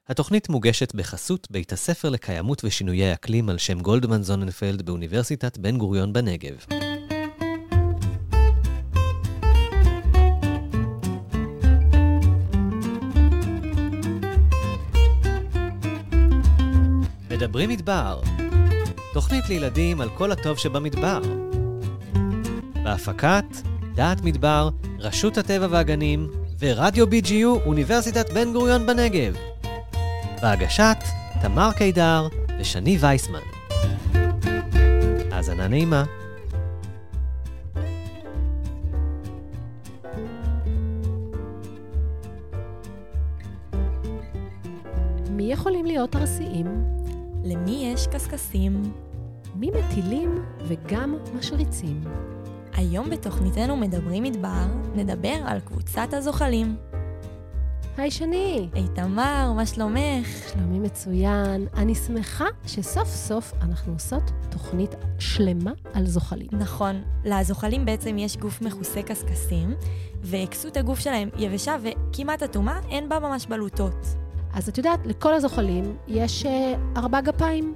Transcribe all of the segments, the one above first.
התוכנית מוגשת בחסות בית הספר לקיימות ושינויי אקלים על שם גולדמן זוננפלד באוניברסיטת בן גוריון בנגב. מדברים מדבר, תוכנית לילדים על כל הטוב שבמדבר. בהפקת דעת מדבר, רשות הטבע והגנים ורדיו BGU אוניברסיטת בן גוריון בנגב. בהגשת תמר קידר ושני וייסמן. האזנה נעימה. מי יכולים להיות ארסיים? למי יש קסקסים? מי מטילים וגם משריצים? היום בתוכניתנו מדברים מדבר, נדבר על קבוצת הזוחלים. היי שני. היי תמר, מה שלומך? שלומי מצוין. אני שמחה שסוף סוף אנחנו עושות תוכנית שלמה על זוחלים. נכון, לזוחלים בעצם יש גוף מכוסה קסקסים, וכסות הגוף שלהם יבשה וכמעט אטומה, אין בה ממש בלוטות. אז את יודעת, לכל הזוחלים יש 4 גפיים.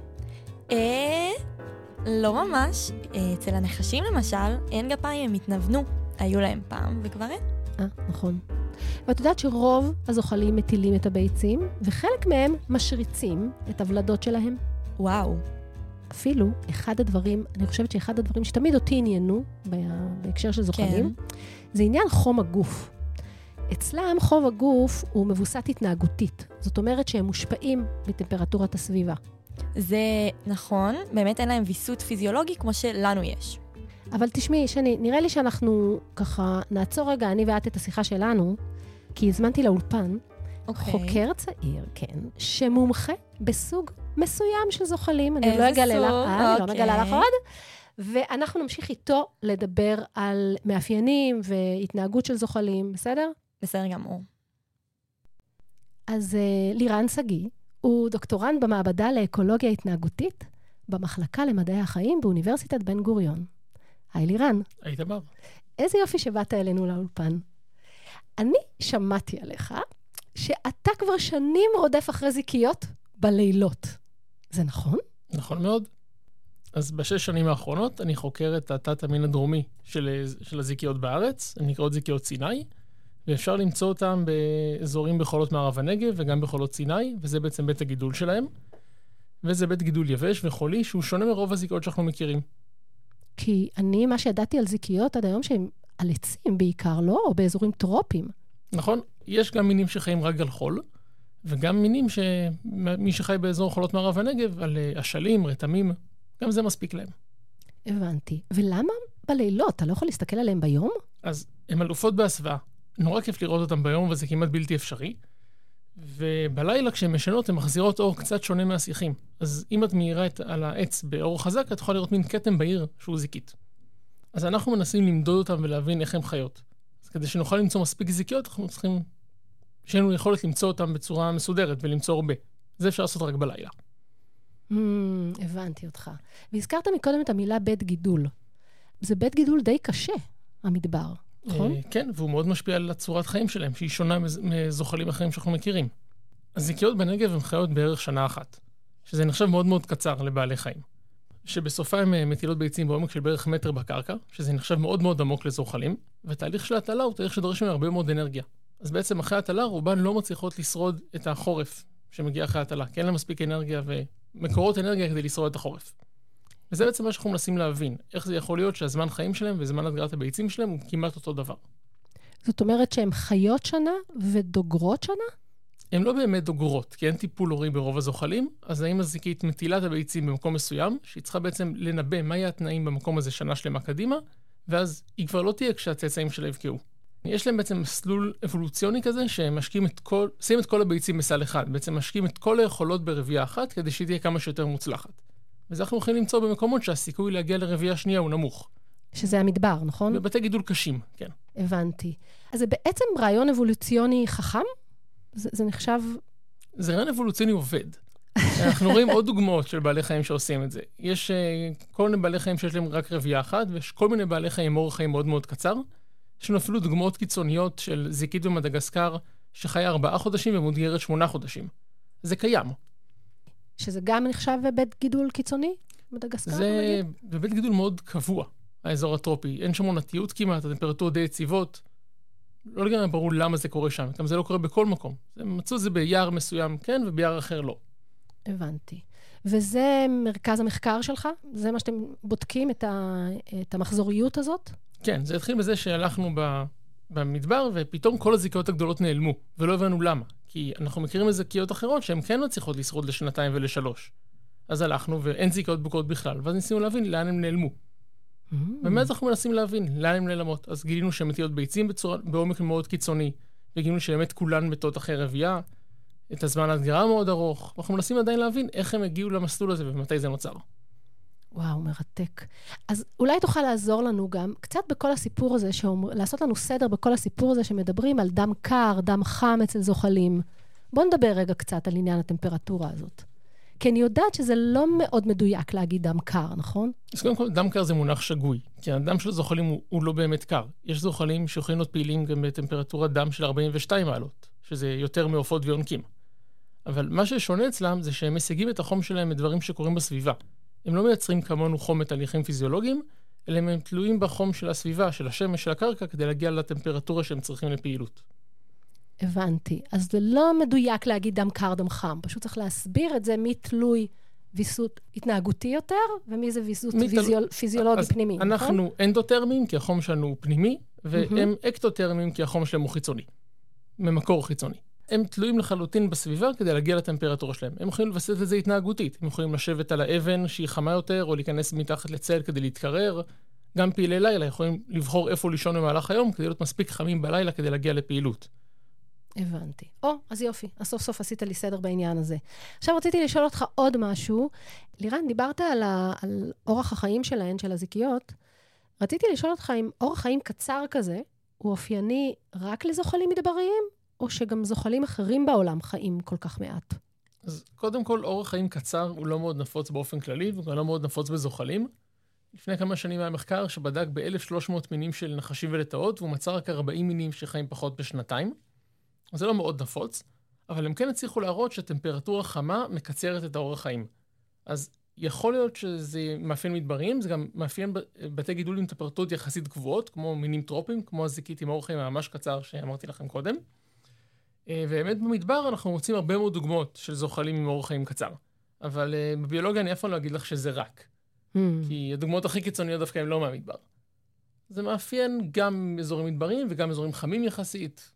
לא ממש. אצל הנחשים למשל, אין גפיים, הם התנוונו. היו להם פעם וכבר אין. נכון. ואת יודעת שרוב הזוחלים מטילים את הביצים, וחלק מהם משריצים את הוולדות שלהם. וואו. אפילו אני חושבת שאחד הדברים שתמיד אותי עניינו בהקשר של זוחלים, זה עניין חום הגוף. אצלם חום הגוף הוא מבוסת התנהגותית. זאת אומרת שהם מושפעים מטמפרטורת הסביבה. זה נכון, באמת אין להם ויסות פיזיולוגי כמו שלנו יש. אבל תשמעי, שני, נראה לי שאנחנו ככה נעצור רגע, אני ואת את השיחה שלנו, כי הזמנתי לאולפן חוקר צעיר, כן, שמומחה בסוג מסוים של זוחלים. אני לא מגלה לך עוד. ואנחנו נמשיך איתו לדבר על מאפיינים והתנהגות של זוחלים, בסדר? בסדר גמור. אז לירן סגי הוא דוקטורנט במעבדה לאקולוגיה התנהגותית במחלקה למדעי החיים באוניברסיטת בן גוריון. היי לירן. היי תמר. איזה יופי שבאת אלינו לאולפן. אני שמעתי עליך שאתה כבר שנים רודף אחרי זיקיות בלילות. זה נכון? נכון מאוד. אז ב6 שנים האחרונות אני חוקר את התת המין הדרומי של הזיקיות בארץ, הן נקראות זיקיות סיני, ואפשר למצוא אותם באזורים בחולות מערב הנגב וגם בחולות סיני, וזה בעצם בית הגידול שלהם. וזה בית גידול יבש וחולי שהוא שונה מרוב הזיקיות שאנחנו מכירים. כי מה שידעתי על זיקיות עד היום שהם על עצים בעיקר, לא? או באזורים טרופיים. נכון, יש גם מינים שחיים רק על חול, וגם מינים שמי שחי באזור חולות מערב הנגב, על אשלים, רתמים, גם זה מספיק להם. הבנתי. ולמה בלילות? אתה לא יכול להסתכל עליהם ביום? אז הן אלופות בהסוואה. נורא כיף לראות אותם ביום, וזה כמעט בלתי אפשרי. ובלילה כשהן משנות, הן מחזירות אור קצת שונה מהשיחים. אז אם את מאירה על העץ באור חזק, את יכולה לראות מין כתם בהיר שהוא זיקית. אז אנחנו מנסים למדוד אותם ולהבין איך הן חיות. אז כדי שנוכל למצוא מספיק זיקיות, אנחנו צריכים שיהיה לנו יכולת למצוא אותם בצורה מסודרת ולמצוא הרבה. זה אפשר לעשות רק בלילה. הבנתי אותך. והזכרת מקודם את המילה בית גידול. זה בית גידול די קשה, המדבר, נכון? כן, והוא מאוד משפיע על הצורת חיים שלהם, שהיא שונה מזוחלים אחרים שאנחנו מכירים. הזיקיות בנגב הן חיות בערך שנה אחת, שזה נחשב מאוד מאוד קצר לבעלי חיים. שבסופה הן מטילות ביצים בעומק של בערך מטר בקרקע, שזה נחשב מאוד מאוד עמוק לזוחלים, והתהליך של ההטלה הוא תהליך שדורש מהם הרבה מאוד אנרגיה. אז בעצם אחרי ההטלה רובן לא מצליחות לשרוד את החורף שמגיע אחרי ההטלה, כי אין לה מספיק אנרגיה ומקורות אנרגיה כדי לשרוד את החורף. וזה בעצם מה שאנחנו מנסים להבין, איך זה יכול להיות שהזמן חיים שלהם וזמן הדגרת הביצים שלהם הוא כמעט אותו דבר. זאת אומרת שהן חיות שנה ודוגרות שנה? הן לא באמת דוגרות, כי אין טיפול הורי ברוב הזוחלים, אז האמא הזיקית מטילה את הביצים במקום מסוים, שהיא צריכה בעצם לנבא מה יהיה התנאים במקום הזה שנה שלמה קדימה, ואז היא כבר לא תהיה כשהצאצאים שלה יבקעו. יש להם בעצם מסלול אבולוציוני כזה, שהם שמים את כל הביצים בסל אחד, בעצם משקיעים את כל היכולות ברבייה אחת, כדי שהיא תהיה כמה שיותר מוצלחת. וזה אנחנו יכולים למצוא במקומות שהסיכוי להגיע לרבייה שנייה הוא נמוך. שזה המדבר, נכון? בבתי גידול קשים, כן. הבנתי. אז זה בעצם רעיון אבולוציוני חכם? זה נחשב... זה רעיון אבולוציוני עובד. אנחנו רואים עוד דוגמאות של בעלי חיים שעושים את זה. יש כל מיני בעלי חיים שיש להם רק רבייה אחת, ויש כל מיני בעלי חיים עם אורח חיים מאוד מאוד קצר. יש לנו אפילו דוגמאות קיצוניות של זיקית במדגסקר, שחיה 4 חודשים ומתגיירת 8 חודשים. זה קיים. שזה גם נחשב בית גידול קיצוני? מדגסקר? זה בית גידול מאוד קבוע, האזור הטרופי. אין שם עונתיות כמעט, הטמפרטורות די יציבות. לא לגמרי ברור למה זה קורה שם. גם זה לא קורה בכל מקום. מצאו את זה ביער מסוים כן, וביער אחר לא. הבנתי. וזה מרכז המחקר שלך? זה מה שאתם בודקים את המחזוריות הזאת? כן, זה התחיל בזה שהלכנו במדבר, ופתאום כל הזיקיות הגדולות נעלמו, ולא הבנו למה. כי אנחנו מכירים זיקיות אחרות שהן כן מצליחות לשרוד לשנתיים ולשלוש. אז הלכנו, ואין זיקיות בוקרות בכלל, ואז ניסינו להבין לאן הן נעלמו. באמת אנחנו מנסים להבין לאן הן נעלמות. אז גילינו שהן מטילות ביצים בעומק מאוד קיצוני, וגילינו שבאמת כולן מתות אחרי רבייה, את הזמן ההדגרה מאוד ארוך, ואנחנו מנסים עדיין להבין איך הם הגיעו למסלול הזה ומתי זה נוצר. וואו, מרתק. אז אולי תוכל לעזור לנו גם קצת בכל הסיפור הזה, לעשות לנו סדר בכל הסיפור הזה שמדברים על דם קר, דם חם אצל זוחלים. בוא נדבר רגע קצת על עניין הטמפרטורה הזאת. כי אני יודעת שזה לא מאוד מדויק להגיד דם קר, נכון? אז קודם כל, דם קר זה מונח שגוי, כי הדם של הזוחלים הוא לא באמת קר. יש זוחלים שיכולים להיות פעילים גם בטמפרטורת דם של 42 מעלות, שזה יותר מעופות ויונקים. אבל מה ששונה אצלם זה שהם משיגים את החום שלהם מדברים שקורים בסביבה. הם לא מייצרים כמונו חום מתהליכים פיזיולוגיים, אלא הם תלויים בחום של הסביבה, של השמש, של הקרקע, כדי להגיע לטמפרטורה שהם צריכים לפעילות. הבנתי. אז זה לא מדויק להגיד דם קר, דם חם. פשוט צריך להסביר את זה מי תלוי ויסות התנהגותי יותר, ומי זה ויסות פיזיולוגי פנימי. אנחנו אנדוטרמים, כי החום שלנו פנימי, והם אקטוטרמים, כי החום שלהם הוא חיצוני. ממקור חיצוני. הם תלויים לחלוטין בסביבה כדי להגיע לטמפרטורה שלהם. הם יכולים לבסס את זה התנהגותית. הם יכולים לשבת על האבן שהיא חמה יותר, או להיכנס מתחת לצל כדי להתקרר. גם פעילי לילה יכולים לבחור איפה לישון במהלך היום, כדי להיות מספיק חמים בלילה כדי להגיע לפעילות. הבנתי. אז יופי. אז סוף סוף עשית לי סדר בעניין הזה. עכשיו רציתי לשאול אותך עוד משהו. לירן, דיברת על אורח החיים שלהן, של הזיקיות. רציתי לשאול אותך אם אורח חיים קצר כזה, הוא אופייני רק לזוחלים מדבריים, או שגם זוחלים אחרים בעולם חיים כל כך מעט? אז קודם כל, אורח חיים קצר הוא לא מאוד נפוץ באופן כללי, וגם לא מאוד נפוץ בזוחלים. לפני כמה שנים היה מחקר שבדק ב-1,300 מינים של נחשים ולטאות, והוא מצא רק 40 מינים שחיים פחות בשנתיים. אז זה לא מאוד נפוץ, אבל הם כן הצליחו להראות שטמפרטורה חמה מקצרת את האורח חיים. אז יכול להיות שזה מאפיין מדבריים, זה גם מאפיין בתי גידול עם טמפרטורות יחסית גבוהות, כמו מינים טרופיים, כמו הזיקית עם אורח חיים ממש קצר שאמרתי לכם קודם. ובאמת במדבר אנחנו מוצאים הרבה מאוד דוגמאות של זוחלים עם אורח חיים קצר. אבל בביולוגיה אני אף פעם לא אגיד לך שזה רק. כי הדוגמאות הכי קיצוניות דווקא הן לא מהמדבר. זה מאפיין גם אזורים מדבריים וגם אזורים חמים יחסית.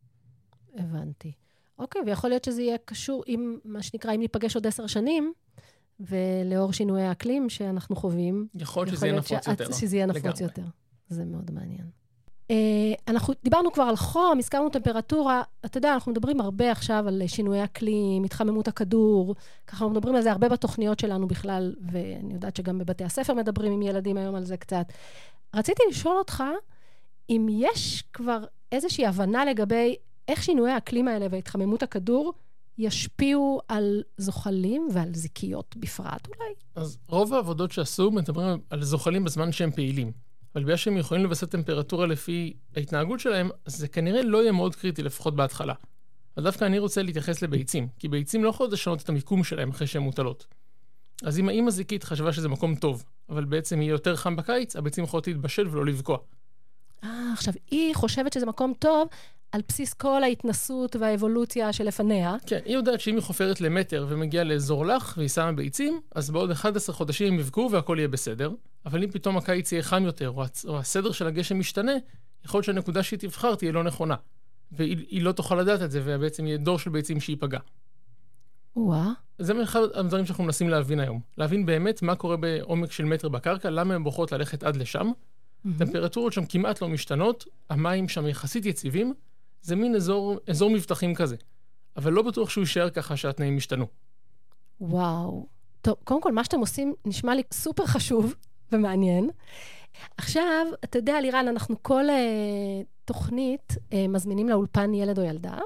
הבנתי. אוקיי, ויכול להיות שזה יהיה קשור עם מה שנקרא, אם ניפגש עוד 10 שנים, ולאור שינויי האקלים שאנחנו חווים. יכול להיות שזה יהיה נפוץ יותר. שזה יהיה נפוץ יותר. זה מאוד מעניין. אנחנו דיברנו כבר על חום, הזכרנו טמפרטורה, אתה יודע, אנחנו מדברים הרבה עכשיו על שינויי אקלים, התחממות הכדור, ככה אנחנו מדברים על זה הרבה בתוכניות שלנו בכלל, ואני יודעת שגם בבתי הספר מדברים עם ילדים היום על זה קצת. רציתי לשאול אותך, אם יש כבר איזושהי הבנה לגבי איך שינויי האקלים האלה והתחממות הכדור ישפיעו על זוחלים ועל זיקיות בפרט אולי? אז רוב העבודות שעשו מדברים על זוחלים בזמן שהם פעילים. אבל בגלל שהם יכולים לבסס טמפרטורה לפי ההתנהגות שלהם, אז זה כנראה לא יהיה מאוד קריטי, לפחות בהתחלה. אז דווקא אני רוצה להתייחס לביצים, כי ביצים לא יכולות לשנות את המיקום שלהם אחרי שהן מוטלות. אז אם האמא זיקית חשבה שזה מקום טוב, אבל בעצם יהיה יותר חם בקיץ, הביצים יכולות להתבשל ולא לבקוע. עכשיו, היא חושבת שזה מקום טוב, על בסיס כל ההתנסות והאבולוציה שלפניה. כן, היא יודעת שאם היא חופרת למטר ומגיעה לאזור לח והיא שמה ביצים, אז בעוד 11 חודשים הם יבקעו והכל יהיה בסדר. אבל אם פתאום הקיץ יהיה חם יותר, או הסדר של הגשם משתנה, יכול להיות שהנקודה שהיא תבחר תהיה לא נכונה. והיא לא תוכל לדעת את זה, ובעצם יהיה דור של ביצים שיפגע. זה אחד הדברים שאנחנו מנסים להבין היום. להבין באמת מה קורה בעומק של מטר בקרקע, למה הן בוחרות ללכת עד לשם. טמפרטורות שם כמעט לא משתנות, המים שם יחסית יציבים, זה מין אזור מבטחים כזה. אבל לא בטוח שהוא יישאר ככה שהתנאים משתנו. וואו. טוב, קודם כל, מה שאתם עושים נשמע לי סופר חשוב ומעניין. עכשיו, אתה יודע, לירן, אנחנו כל תוכנית מזמינים לאולפן ילד או ילדה,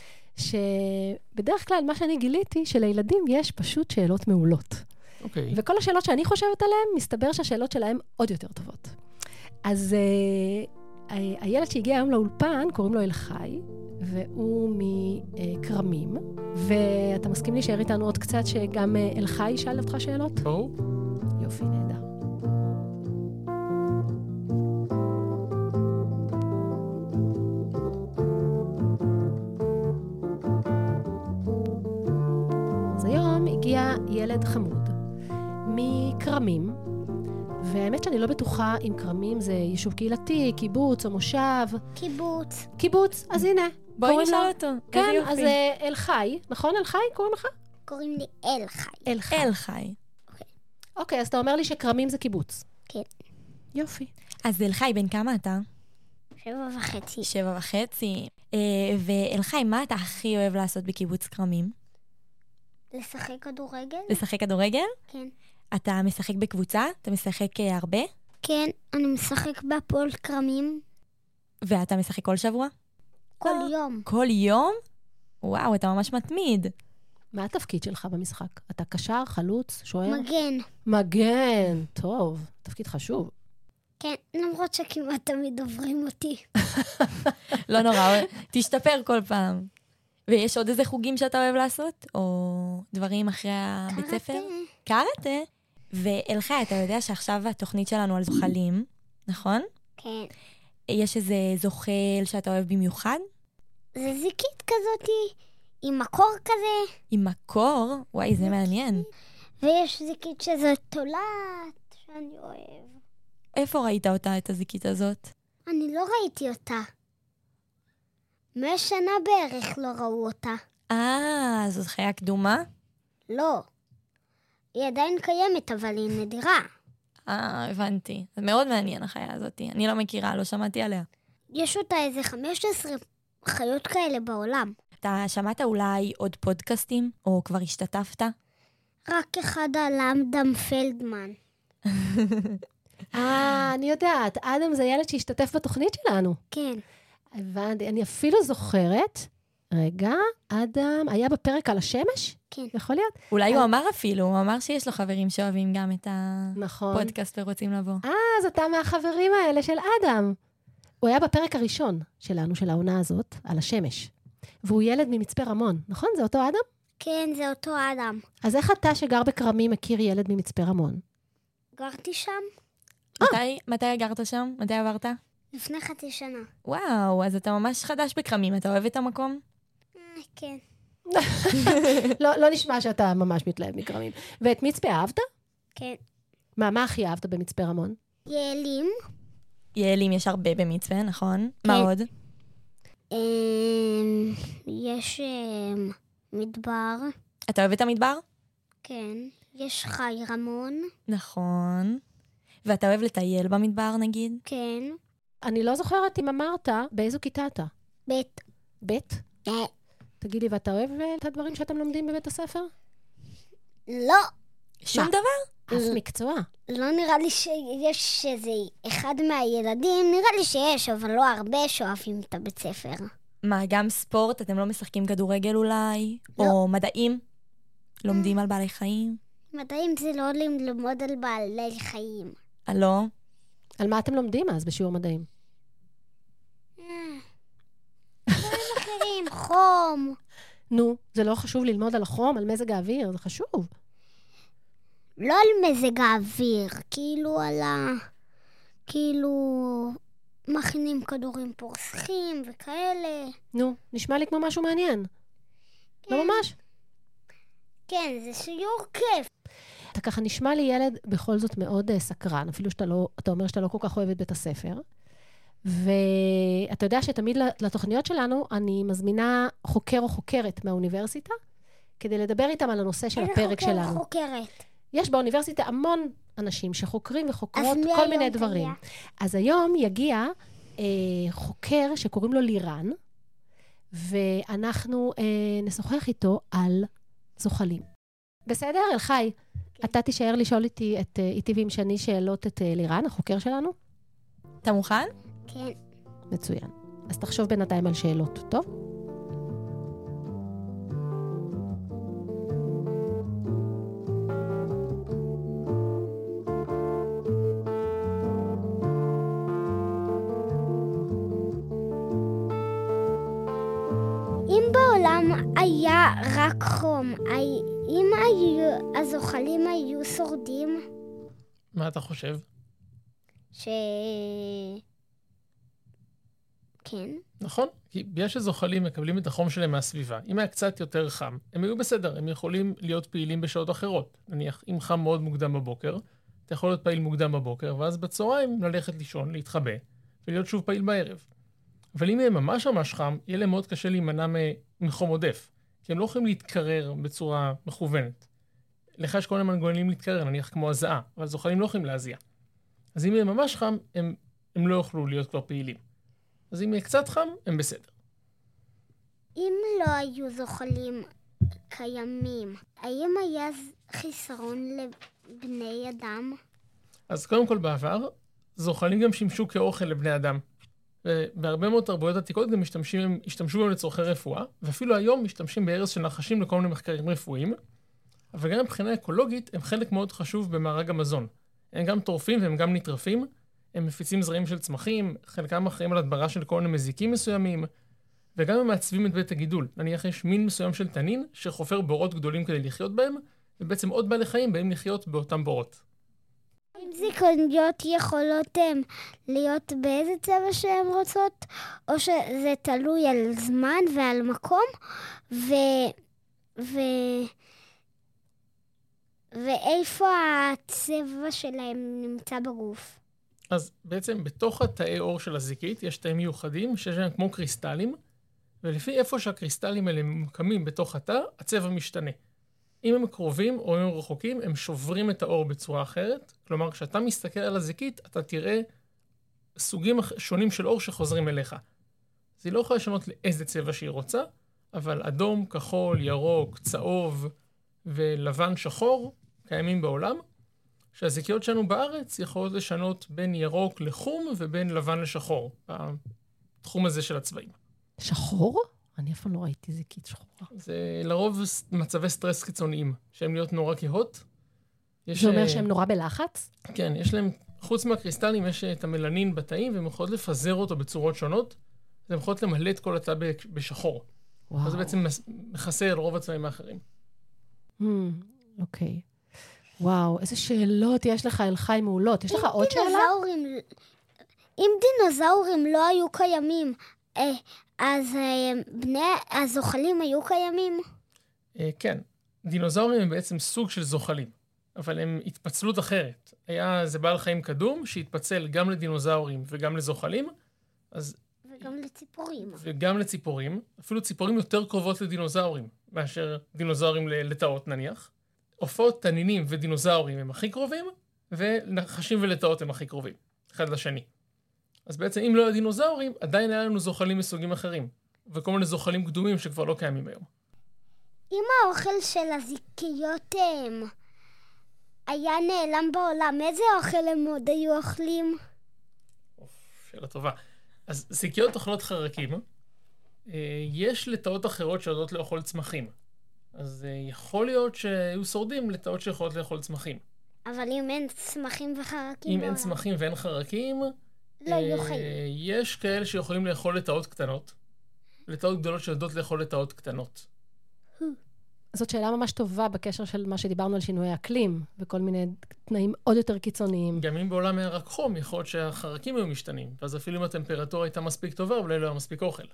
שבדרך כלל מה שאני גיליתי, שלילדים יש פשוט שאלות מעולות. אוקיי. וכל השאלות שאני חושבת עליהן, מסתבר שהשאלות שלהם עוד יותר טובות. אז הילד שהגיע היום לאולפן, קוראים לו אלחי, והוא מקרמים. ואתה מסכים להישאר איתנו עוד קצת שגם אלחי ישאל אותך שאלות? ברור. יופי, נהדר. אז היום הגיע ילד חמוד מקרמים, והאמת שאני לא בטוחה אם קרמים זה יישוב קהילתי, קיבוץ או מושב. קיבוץ. קיבוץ, אז הנה. בואי נשאל אותו. כן, אז אלחי, נכון אלחי? קוראים לך? קוראים לי אלחי. אלחי. אלחי. אוקיי, אז אתה אומר לי שקרמים זה קיבוץ. כן. יופי. אז אלחי, בן כמה אתה? 7.5. 7.5. ואלחי, מה אתה הכי אוהב לעשות בקיבוץ כרמים? לשחק כדורגל? לשחק כדורגל? כן. אתה משחק בקבוצה? אתה משחק הרבה? כן, אני משחק בהפועל כרמים ואתה משחק כל שבוע? כל יום. כל יום? וואו, אתה ממש מתמיד. מה התפקיד שלך במשחק? אתה קשר, חלוץ, שוער? מגן. מגן. טוב, תפקיד חשוב. כן, למרות שכמעט תמיד עוברים אותי. לא נורא, תשתפר כל פעם. ויש עוד איזה חוגים שאתה אוהב לעשות? או דברים אחרי הבית ספר? קראטה. ואלחי, אתה יודע שעכשיו התוכנית שלנו על זוחלים, נכון? כן. יש איזה זוחל שאתה אוהב במיוחד? זה זיקית כזאתי, עם מקור כזה, עם מקור? וואי, זה מעניין. ויש זיקית שזה תולעת, שאני אוהב. איפה ראית אותה, את הזיקית הזאת? אני לא ראיתי אותה. 100 שנה בערך לא ראו אותה. זאת חיה קדומה? לא. היא עדיין קיימת, אבל היא נדירה. הבנתי. זה מאוד מעניין, החיה הזאת. אני לא מכירה, לא שמעתי עליה. יש אותה איזה 15 חיות כאלה בעולם. אתה שמעת אולי עוד פודקאסטים, או כבר השתתפת? רק אחד על אדם פלדמן. אני יודעת, אדם זה ילד שהשתתף בתוכנית שלנו. כן. הבנתי, אני אפילו זוכרת, רגע, אדם היה בפרק על השמש? כן. יכול להיות? אולי הוא אמר אפילו, הוא אמר שיש לו חברים שאוהבים גם את נכון. הפודקאסט ורוצים לבוא. אז אתה מהחברים האלה של אדם. הוא היה בפרק הראשון שלנו, של העונה הזאת, על השמש. והוא ילד ממצפה רמון, נכון? זה אותו אדם? כן, זה אותו אדם. אז איך אתה שגר בקרמים מכיר ילד ממצפה רמון? גרתי שם מתי גרת שם? מתי עברת? לפני חצי שנה. וואו, אז אתה ממש חדש בקרמים, אתה אוהב את המקום? כן. לא נשמע שאתה ממש מתלהב מקרמים. ואת מצפה אהבת? כן. מה הכי אהבת במצפה רמון? יעלים. יעלים יש הרבה במצפה, נכון? מה עוד? יש מדבר. אתה אוהב את המדבר? כן. יש חי רמון. נכון. ואתה אוהב לטייל במדבר, נגיד? כן. אני לא זוכרת אם אמרת באיזו כיתה אתה. בית. בית? תגידי, ואתה אוהב את הדברים שאתם לומדים בבית הספר? לא. שום דבר? אף מקצוע. לא נראה לי שיש איזה אחד מהילדים, נראה לי שיש, אבל לא הרבה שאוהבים את הבית ספר. מה, גם ספורט? אתם לא משחקים כדורגל אולי? לא. או מדעים? לומדים על בעלי חיים? מדעים זה לא ללמוד על בעלי חיים. לא? על מה אתם לומדים אז בשיעור מדעים? דברים אחרים, חום. נו, זה לא חשוב ללמוד על החום, על מזג האוויר, זה חשוב. לא על מזג האוויר, כאילו מכינים כדורים פורסכים וכאלה. נו, נשמע לי כמו משהו מעניין. כן. לא ממש? כן, זה שיעור כיף. אתה ככה נשמע לי ילד בכל זאת מאוד סקרן, אפילו אתה אומר שאתה לא כל כך אוהב את בית הספר. ואתה יודע שתמיד לתוכניות שלנו אני מזמינה חוקר או חוקרת מהאוניברסיטה, כדי לדבר איתם על הנושא של הפרק שלנו. איזה חוקרת? יש באוניברסיטה המון אנשים שחוקרים וחוקרות כל מיני דברים. אז היום יגיע חוקר שקוראים לו לירן, ואנחנו נשוחח איתו על זוחלים. בסדר, אלחי? כן. אתה תישאר לשאול איתי ועם שני שאלות את לירן, החוקר שלנו? אתה מוכן? כן. מצוין. אז תחשוב בינתיים על שאלות, טוב? רק חום, אם הזוחלים היו שורדים? מה אתה חושב? כן. נכון, כי בגלל שזוחלים מקבלים את החום שלהם מהסביבה. אם היה קצת יותר חם, הם היו בסדר, הם יכולים להיות פעילים בשעות אחרות. נניח, אם חם מאוד מוקדם בבוקר, אתה יכול להיות פעיל מוקדם בבוקר, ואז בצהריים ללכת לישון, להתחבא, ולהיות שוב פעיל בערב. אבל אם יהיה ממש ממש חם, יהיה להם מאוד קשה להימנע מחום עודף, כי הם לא יכולים להתקרר בצורה מכוונת. לך יש כל מיני מנגנונים להתקרר, נניח כמו הזעה, אבל זוחלים לא יכולים להזיע. אז אם יהיה ממש חם, הם לא יוכלו להיות כבר פעילים. אז אם יהיה קצת חם, הם בסדר. אם לא היו זוחלים קיימים, האם היה חיסרון לבני אדם? אז קודם כל בעבר, זוחלים גם שימשו כאוכל לבני אדם. ובהרבה מאוד תרבויות עתיקות גם השתמשו בהם לצורכי רפואה, ואפילו היום משתמשים בארץ של נחשים לכל מיני מחקרים רפואיים, אבל גם מבחינה אקולוגית הם חלק מאוד חשוב במארג המזון. הם גם טורפים והם גם נטרפים, הם מפיצים זרעים של צמחים, חלקם אחראים על הדברה של כל מיני מזיקים מסוימים, וגם הם מעצבים את בית הגידול. נניח יש מין מסוים של תנין שחופר בורות גדולים כדי לחיות בהם, ובעצם עוד בעלי חיים באים לחיות באותם בורות. האם זיקוניות יכולות להיות באיזה צבע שהן רוצות, או שזה תלוי על זמן ועל מקום, ואיפה הצבע שלהם נמצא בגוף? אז בעצם בתוך התאי אור של הזיקית יש תאים מיוחדים שיש להם כמו קריסטלים, ולפי איפה שהקריסטלים האלה ממוקמים בתוך התא, הצבע משתנה. אם הם קרובים או אם הם רחוקים, הם שוברים את האור בצורה אחרת. כלומר, כשאתה מסתכל על הזיקית, אתה תראה סוגים שונים של אור שחוזרים אליך. אז היא לא יכולה לשנות לאיזה צבע שהיא רוצה, אבל אדום, כחול, ירוק, צהוב ולבן שחור קיימים בעולם, שהזיקיות שלנו בארץ יכולות לשנות בין ירוק לחום ובין לבן לשחור, בתחום הזה של הצבעים. שחור? אני אף פעם לא ראיתי זיקית שחורה. זה לרוב מצבי סטרס קיצוניים, שהם להיות נורא כהות. זה אומר שהם נורא בלחץ? כן, יש להם, חוץ מהקריסטלים, יש את המלנין בתאים, והם יכולות לפזר אותו בצורות שונות, והם יכולות למלא את כל התא בשחור. וואו. אז זה בעצם מכסה על רוב הצבעים האחרים. אוקיי. וואו, איזה שאלות יש לך, אלחי מעולות. יש לך עוד שאלה? אם דינוזאורים לא היו קיימים, אז הזוחלים היו קיימים? כן. דינוזאורים הם בעצם סוג של זוחלים, אבל הם התפצלות אחרת. היה זה בעל חיים קדום שהתפצל גם לדינוזאורים וגם לזוחלים, וגם לציפורים. וגם לציפורים. אפילו ציפורים יותר קרובות לדינוזאורים, מאשר דינוזאורים לטאות נניח. עופות, תנינים ודינוזאורים הם הכי קרובים, ונחשים ולטאות הם הכי קרובים, אחד לשני. אז בעצם אם לא היה דינוזאורים, עדיין היה לנו זוחלים מסוגים אחרים, וכל מיני זוחלים קדומים שכבר לא קיימים היום. אם האוכל של הזיקיות היה נעלם בעולם, איזה אוכל הם עוד היו אוכלים? שאלה טובה. אז זיקיות אוכלות חרקים. יש לטאות אחרות שיודעות לאכול צמחים. אז יכול להיות שהיו שורדים לטאות שיכולות לאכול צמחים. אבל אם אין צמחים וחרקים אם אין צמחים ואין חרקים, לא יהיו חיים. יש כאלה שיכולים לאכול לטאות קטנות, לטאות גדולות שיודעות לאכול לטאות קטנות. זאת שאלה ממש טובה בקשר של מה שדיברנו על שינוי אקלים, וכל מיני תנאים עוד יותר קיצוניים. גם אם בעולם היה רק חום, יכול להיות שהחרקים היו משתנים, ואז אפילו אם הטמפרטורה הייתה מספיק טובה, אולי לא היה מספיק אוכל.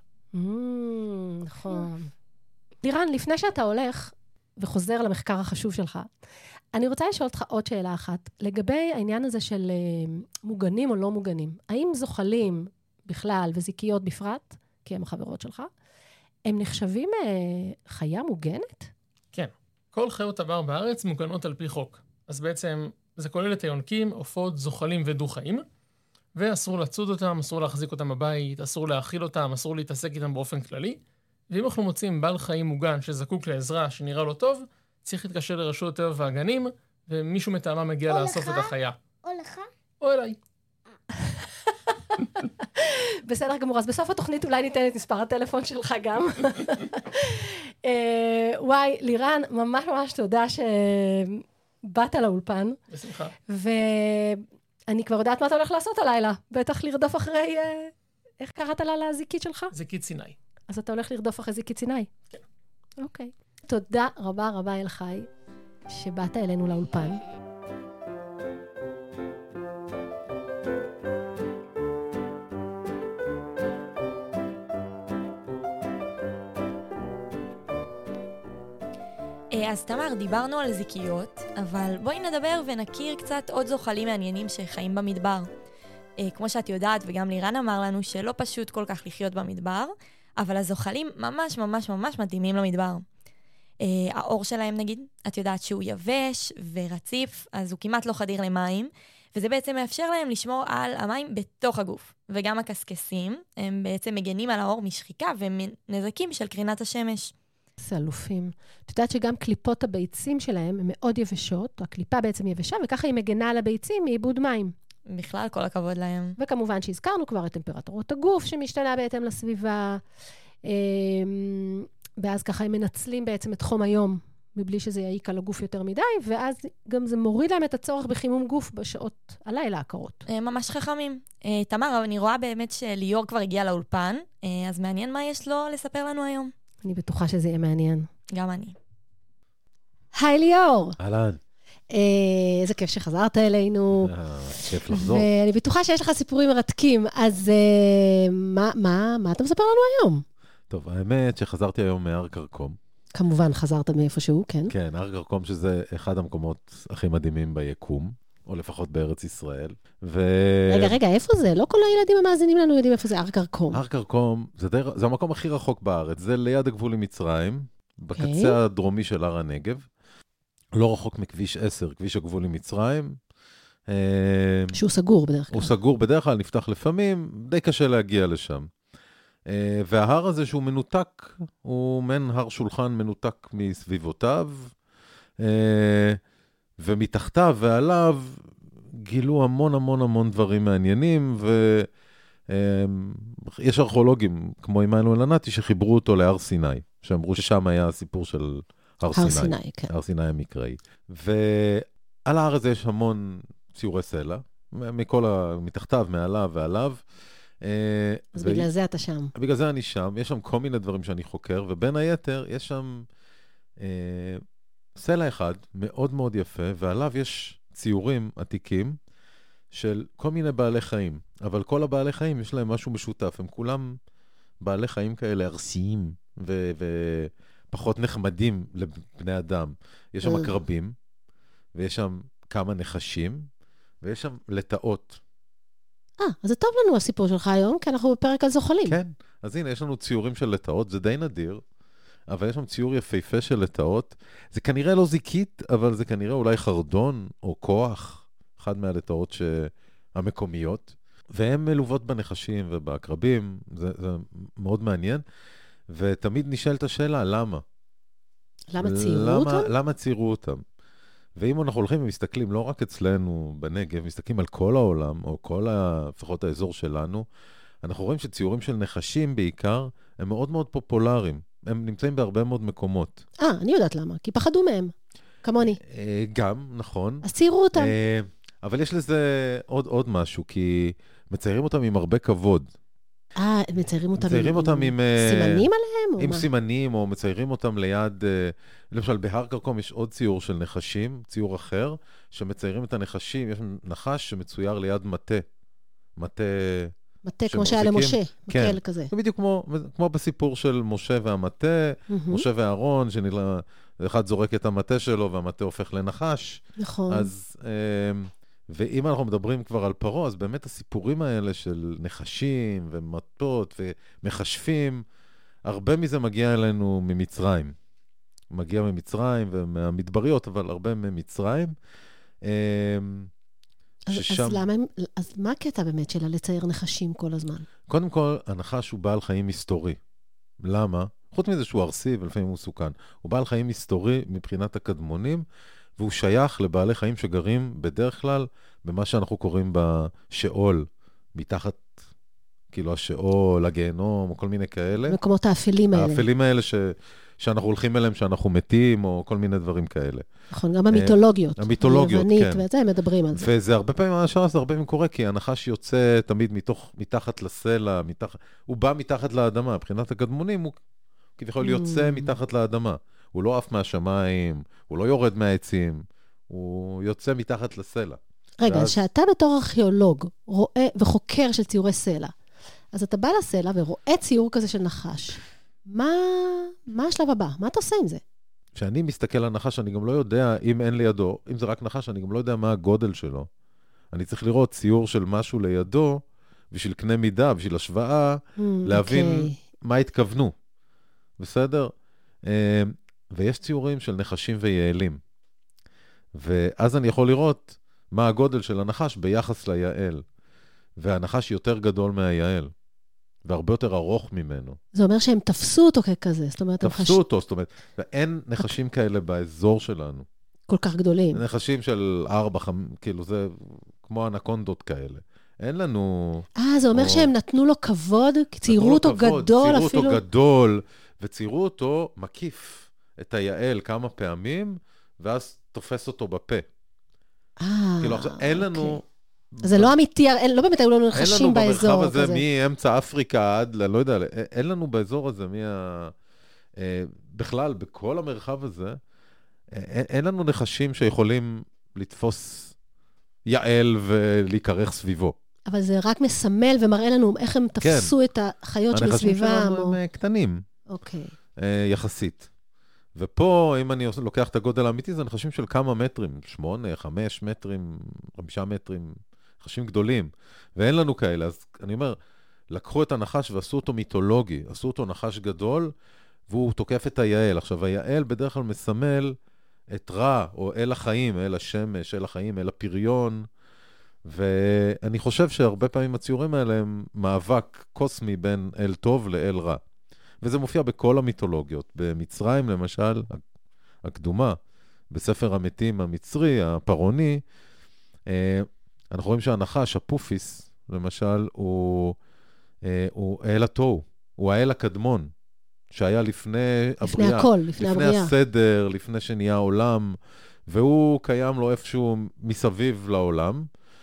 נכון. לירן, לפני שאתה הולך וחוזר למחקר החשוב שלך, אני רוצה לשאול אותך עוד שאלה אחת, לגבי העניין הזה של מוגנים או לא מוגנים. האם זוחלים בכלל וזיקיות בפרט, כי הם החברות שלך, הם נחשבים חיה מוגנת? כן. כל חיות הבר בארץ מוגנות על פי חוק. אז בעצם זה כולל את היונקים, עופות, זוחלים ודו-חיים, ואסור לצוד אותם, אסור להחזיק אותם בבית, אסור להאכיל אותם, אסור להתעסק איתם באופן כללי. ואם אנחנו מוצאים בעל חיים מוגן שזקוק לעזרה, שנראה לו טוב, צריך להתקשר לרשות הטבע והגנים, ומישהו מטעמה מגיע לאסוף את החיה. או לך? או אליי. בסדר גמור, אז בסוף התוכנית אולי ניתן את מספר הטלפון שלך גם. וואי, לירן, ממש ממש תודה שבאת לאולפן. בשמחה. ואני כבר יודעת מה אתה הולך לעשות הלילה. בטח לרדוף אחרי, איך קראת לה לזיקית שלך? זיקית סיני. אז אתה הולך לרדוף אחרי זיקית סיני? כן. אוקיי. תודה רבה רבה אלחי, שבאת אלינו לאולפן. אז תמר, דיברנו על זיקיות, אבל בואי נדבר ונכיר קצת עוד זוחלים מעניינים שחיים במדבר. כמו שאת יודעת, וגם לירן אמר לנו שלא פשוט כל כך לחיות במדבר, אבל הזוחלים ממש ממש ממש מתאימים למדבר. האור שלהם נגיד, את יודעת שהוא יבש ורציף, אז הוא כמעט לא חדיר למים, וזה בעצם מאפשר להם לשמור על המים בתוך הגוף. וגם הקסקסים, הם בעצם מגנים על האור משחיקה ומנזקים של קרינת השמש. זה אלופים. את יודעת שגם קליפות הביצים שלהם הן מאוד יבשות, הקליפה בעצם יבשה, וככה היא מגנה על הביצים מאיבוד מים. בכלל, כל הכבוד להם. וכמובן שהזכרנו כבר את טמפרטורות הגוף שמשתנה בהתאם לסביבה, ואז ככה הם מנצלים בעצם את חום היום, מבלי שזה יעיק על הגוף יותר מדי, ואז גם זה מוריד להם את הצורך בחימום גוף בשעות הלילה הקרות. ממש חכמים. תמר, אני רואה באמת שליאור כבר הגיע לאולפן, אז מעניין מה יש לו לספר לנו היום. אני בטוחה שזה יהיה מעניין. גם אני. היי ליאור. אהלן. איזה כיף שחזרת אלינו. כיף לחזור. ואני בטוחה שיש לך סיפורים מרתקים, אז מה אתה מספר לנו היום? טוב, האמת שחזרתי היום מהר כרכום. כמובן, חזרת מאיפשהו, כן? כן, הר כרכום שזה אחד המקומות הכי מדהימים ביקום, או לפחות בארץ ישראל. רגע, איפה זה? לא כל הילדים המאזינים לנו יודעים איפה זה הר כרכום. הר כרכום זה המקום הכי רחוק בארץ, זה ליד הגבול עם מצרים, בקצה הדרומי של הר הנגב, לא רחוק מכביש 10, כביש הגבול עם מצרים. שהוא סגור בדרך כלל. הוא סגור בדרך כלל, נפתח לפעמים, די קשה להגיע לשם. וההר הזה שהוא מנותק, הוא מעין הר שולחן מנותק מסביבותיו, ומתחתיו ועליו גילו המון המון המון דברים מעניינים, ויש ארכיאולוגים כמו עמנואל הנתי שחיברו אותו להר סיני, שאמרו ששם היה הסיפור של הר סיני, כן. הר סיני המקראי. ועל ההר הזה יש המון ציורי סלע, מתחתיו, מעליו ועליו, אז בגלל זה אתה שם. בגלל זה אני שם, יש שם כל מיני דברים שאני חוקר, ובין היתר יש שם סלע אחד מאוד מאוד יפה, ועליו יש ציורים עתיקים של כל מיני בעלי חיים, אבל כל הבעלי חיים יש להם משהו משותף, הם כולם בעלי חיים כאלה ארסיים ופחות נחמדים לבני אדם. יש שם עקרבים, ויש שם כמה נחשים, ויש שם לטאות. אז זה טוב לנו הסיפור שלך היום, כי אנחנו בפרק על זוחלים. כן, אז הנה, יש לנו ציורים של לטאות, זה די נדיר, אבל יש שם ציור יפהפה של לטאות. זה כנראה לא זיקית, אבל זה כנראה אולי חרדון או כוח, אחד מהלטאות המקומיות, והן מלוות בנחשים ובעקרבים, זה מאוד מעניין, ותמיד נשאלת השאלה, למה? למה ציירו אותם? למה ציירו אותם? ואם אנחנו הולכים ומסתכלים, לא רק אצלנו בנגב, מסתכלים על כל העולם, או לפחות האזור שלנו, אנחנו רואים שציורים של נחשים בעיקר, הם מאוד מאוד פופולריים. הם נמצאים בהרבה מאוד מקומות. אני יודעת למה, כי פחדו מהם, כמוני. גם, נכון. אז ציירו אותם. אבל יש לזה עוד משהו, כי מציירים אותם עם הרבה כבוד. מציירים אותם עם סימנים עליהם? עם סימנים, או מציירים אותם ליד, למשל בהר כרכום יש עוד ציור של נחשים, ציור אחר, שמציירים את הנחשים, יש נחש שמצויר ליד מטה כמו שהיה למשה, כן, מקל כזה. זה בדיוק כמו בסיפור של משה והמטה, משה ואהרון, אחד זורק את המטה שלו והמטה הופך לנחש. נכון. אז ואם אנחנו מדברים כבר על פרעה, אז באמת הסיפורים האלה של נחשים ומטות ומחשפים, הרבה מזה מגיע אלינו ממצרים. מגיע ממצרים ומהמדבריות, אבל הרבה ממצרים. אז מה הקטע באמת שלה לצייר נחשים כל הזמן? קודם כל, הנחש הוא בעל חיים היסטורי. למה? חוץ מזה שהוא ארסי ולפעמים הוא סוכן. הוא בעל חיים היסטורי מבחינת הקדמונים, והוא שייך לבעלי חיים שגרים בדרך כלל במה שאנחנו קוראים בשאול, מתחת, כאילו השאול, הגיהנום, או כל מיני כאלה. מקומות האפלים האלה. האפלים האלה שאנחנו הולכים אליהם, שאנחנו מתים, או כל מיני דברים כאלה. נכון, גם המיתולוגיות. המיתולוגיות, כן. היוונית, וזה, הם מדברים על זה. וזה הרבה פעמים, השעה זה הרבה פעמים קורה, כי הנחש יוצא תמיד מתחת לסלע, הוא בא מתחת לאדמה, מבחינת הקדמונים, הוא כביכול יוצא מתחת לאדמה. הוא לא עף מהשמיים, הוא לא יורד מהעצים, הוא יוצא מתחת לסלע. רגע, אז שאתה בתור ארכיאולוג רואה וחוקר של ציורי סלע, אז אתה בא לסלע ורואה ציור כזה של נחש. מה השלב הבא? מה אתה עושה עם זה? כשאני מסתכל על נחש, אני גם לא יודע, אם אין לידו, אם זה רק נחש, אני גם לא יודע מה הגודל שלו. אני צריך לראות ציור של משהו לידו, בשביל קנה מידה, בשביל השוואה, להבין מה התכוונו. בסדר? ויש ציורים של נחשים ויעלים. ואז אני יכול לראות מה הגודל של הנחש ביחס ליעל. והנחש יותר גדול מהיעל. והרבה יותר ארוך ממנו. זה אומר שהם תפסו אותו ככזה. זאת אומרת, תפסו אותו, זאת אומרת, ואין נחשים כאלה באזור שלנו. כל כך גדולים. נחשים של 4, 5, כאילו זה כמו אנקונדות כאלה. אין לנו... זה אומר שהם נתנו לו כבוד, ציירו אותו גדול אפילו. ציירו אותו גדול, וציירו אותו מקיף את היעל כמה פעמים, ואז תופס אותו בפה. כאילו, אין לנו... זה לא אמיתי, לא באמת היו לנו נחשים באזור כזה. אין לנו במרחב הזה מאמצע אפריקה עד, לא יודע, אין לנו באזור הזה בכלל, בכל המרחב הזה, אין לנו נחשים שיכולים לתפוס יעל ולהיקרח סביבו. אבל זה רק מסמל ומראה לנו איך הם תפסו את החיות שמסביבם. הנחשים שלנו הם קטנים. אוקיי. יחסית. ופה, אם אני לוקח את הגודל האמיתי, זה נחשים של כמה מטרים, 8, 5 מטרים, 5 מטרים, נחשים גדולים. ואין לנו כאלה. אז אני אומר, לקחו את הנחש ועשו אותו מיתולוגי, עשו אותו נחש גדול, והוא תוקף את היעל. עכשיו, היעל בדרך כלל מסמל את רע, או אל החיים, אל השמש, אל החיים, אל הפריון. ואני חושב שהרבה פעמים הציורים האלה הם מאבק קוסמי בין אל טוב לאל רע. וזה מופיע בכל המיתולוגיות. במצרים, למשל, הקדומה, בספר המתים המצרי, הפרוני, אנחנו רואים שהנחש, הפופיס, למשל, הוא אל התוהו, הוא האל הקדמון, שהיה לפני הבריאה. לפני הכל, לפני הבריאה. לפני הסדר, לפני שנהיה העולם, והוא קיים לו איפשהו מסביב לעולם.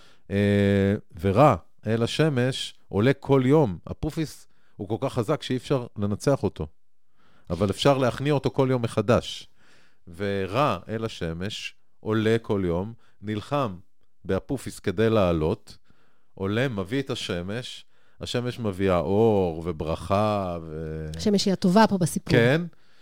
ורע, אל השמש, עולה כל יום. הפופיס הוא כל כך חזק שאי אפשר לנצח אותו. אבל אפשר להכניע אותו כל יום מחדש. ורע, אל השמש, עולה כל יום, נלחם בהפופיס כדי לעלות, עולה, מביא את השמש, השמש מביאה אור וברכה. השמש היא הטובה פה בסיפור. כן,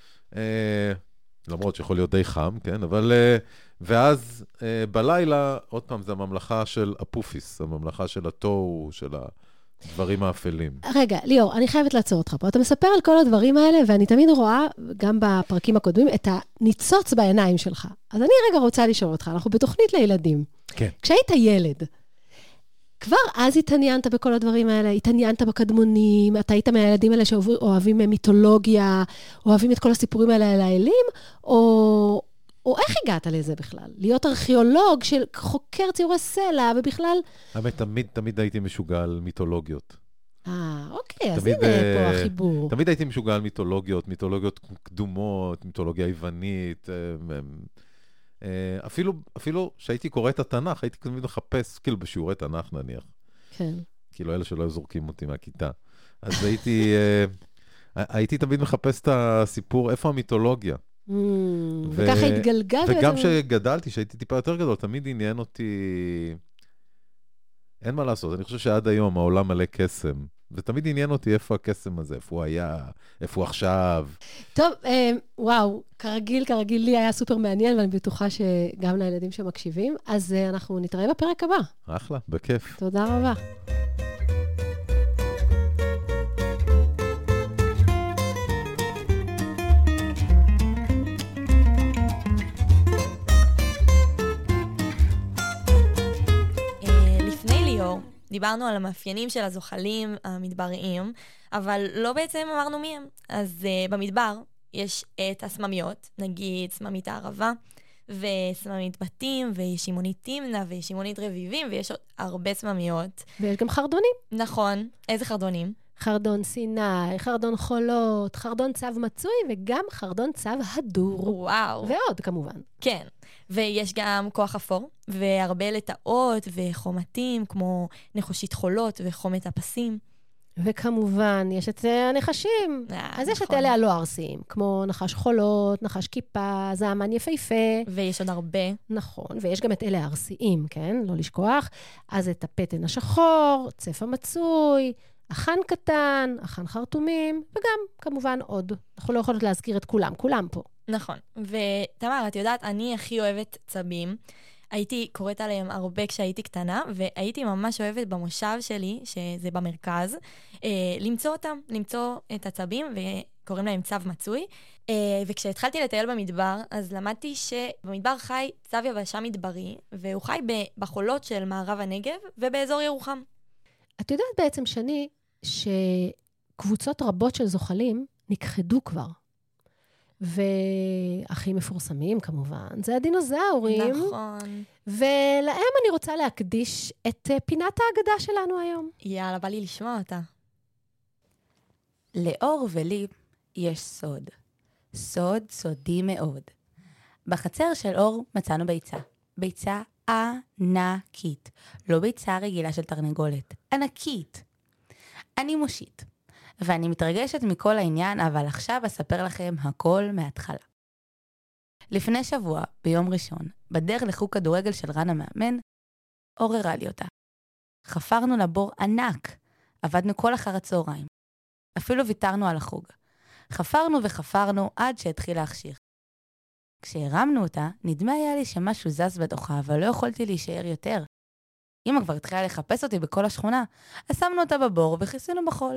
למרות שיכול להיות די חם, כן, אבל... ואז בלילה, עוד פעם, זה הממלכה של הפופיס, הממלכה של התוהו, של הדברים האפלים. רגע, ליאור, אני חייבת לעצור אותך פה. אתה מספר על כל הדברים האלה, ואני תמיד רואה, גם בפרקים הקודמים, את הניצוץ בעיניים שלך. אז אני רגע רוצה לשאול אותך, אנחנו בתוכנית לילדים. כן. כשהיית ילד, כבר אז התעניינת בכל הדברים האלה, התעניינת בקדמונים, אתה היית מהילדים האלה שאוהבים מיתולוגיה, אוהבים את כל הסיפורים האלה על האלים, או איך הגעת לזה בכלל? להיות ארכיאולוג של חוקר ציורי סלע, ובכלל... האמת, תמיד הייתי משוגע על מיתולוגיות. אוקיי, אז הנה פה החיבור. תמיד הייתי משוגע על מיתולוגיות קדומות, מיתולוגיה יוונית, אפילו שהייתי קורא את התנ"ך, הייתי תמיד מחפש, כאילו בשיעורי תנ"ך נניח. כן. כאילו אלה שלא זורקים אותי מהכיתה. אז הייתי תמיד מחפש את הסיפור, איפה המיתולוגיה? וככה התגלגלת. וגם שגדלתי, שהייתי טיפה יותר גדול, תמיד עניין אותי, אין מה לעשות, אני חושב שעד היום העולם מלא קסם, ותמיד עניין אותי איפה הקסם הזה, איפה הוא היה, איפה הוא עכשיו. טוב, וואו, כרגיל לי היה סופר מעניין, ואני בטוחה שגם לילדים שמקשיבים, אז אנחנו נתראה בפרק הבא. אחלה, בכיף. תודה רבה. דיברנו על המאפיינים של הזוחלים המדבריים, אבל לא בעצם אמרנו מי הם. אז במדבר יש את הסממיות, נגיד סממית הערבה, וסממית בתים, וישימונית תמנה, וישימונית רביבים, ויש עוד הרבה סממיות. ויש גם חרדונים. נכון. איזה חרדונים? חרדון סיני, חרדון חולות, חרדון צו מצוי, וגם חרדון צו הדור. וואו. ועוד, כמובן. כן. ויש גם כוח אפור, והרבה לטאות וחומתים, כמו נחושית חולות וחומת הפסים. וכמובן, יש את הנחשים. אז יש את נכון. אלה הלא ארסיים, כמו נחש חולות, נחש כיפה, זעמן יפהפה. ויש עוד הרבה. נכון, ויש גם את אלה הארסיים, כן? לא לשכוח. אז את הפטן השחור, צף המצוי, החן קטן, החן חרטומים, וגם, כמובן, עוד. אנחנו לא יכולות להזכיר את כולם, כולם פה. נכון. ותמר, את יודעת, אני הכי אוהבת צבים. הייתי קוראת עליהם הרבה כשהייתי קטנה, והייתי ממש אוהבת במושב שלי, שזה במרכז, למצוא אותם, למצוא את הצבים, וקוראים להם צב מצוי. וכשהתחלתי לטייל במדבר, אז למדתי שבמדבר חי צב יבשה מדברי, והוא חי בחולות של מערב הנגב ובאזור ירוחם. את יודעת בעצם, שני, שקבוצות רבות של זוחלים נכחדו כבר. והכי מפורסמים כמובן, זה הדינוזאורים. נכון. ולהם אני רוצה להקדיש את פינת האגדה שלנו היום. יאללה, בא לי לשמוע אותה. לאור ולי יש סוד. סוד סודי מאוד. בחצר של אור מצאנו ביצה. ביצה ענקית. לא ביצה רגילה של תרנגולת. ענקית. אני מושית. ואני מתרגשת מכל העניין, אבל עכשיו אספר לכם הכל מההתחלה. לפני שבוע, ביום ראשון, בדרך לחוג כדורגל של רן המאמן, אור הראה לי אותה. חפרנו לבור ענק. עבדנו כל אחר הצהריים. אפילו ויתרנו על החוג. חפרנו וחפרנו עד שהתחיל להכשיר. כשהרמנו אותה, נדמה היה לי שמשהו זז בתוכה, אבל לא יכולתי להישאר יותר. אמא כבר התחילה לחפש אותי בכל השכונה, אז שמנו אותה בבור וכיסינו בחול.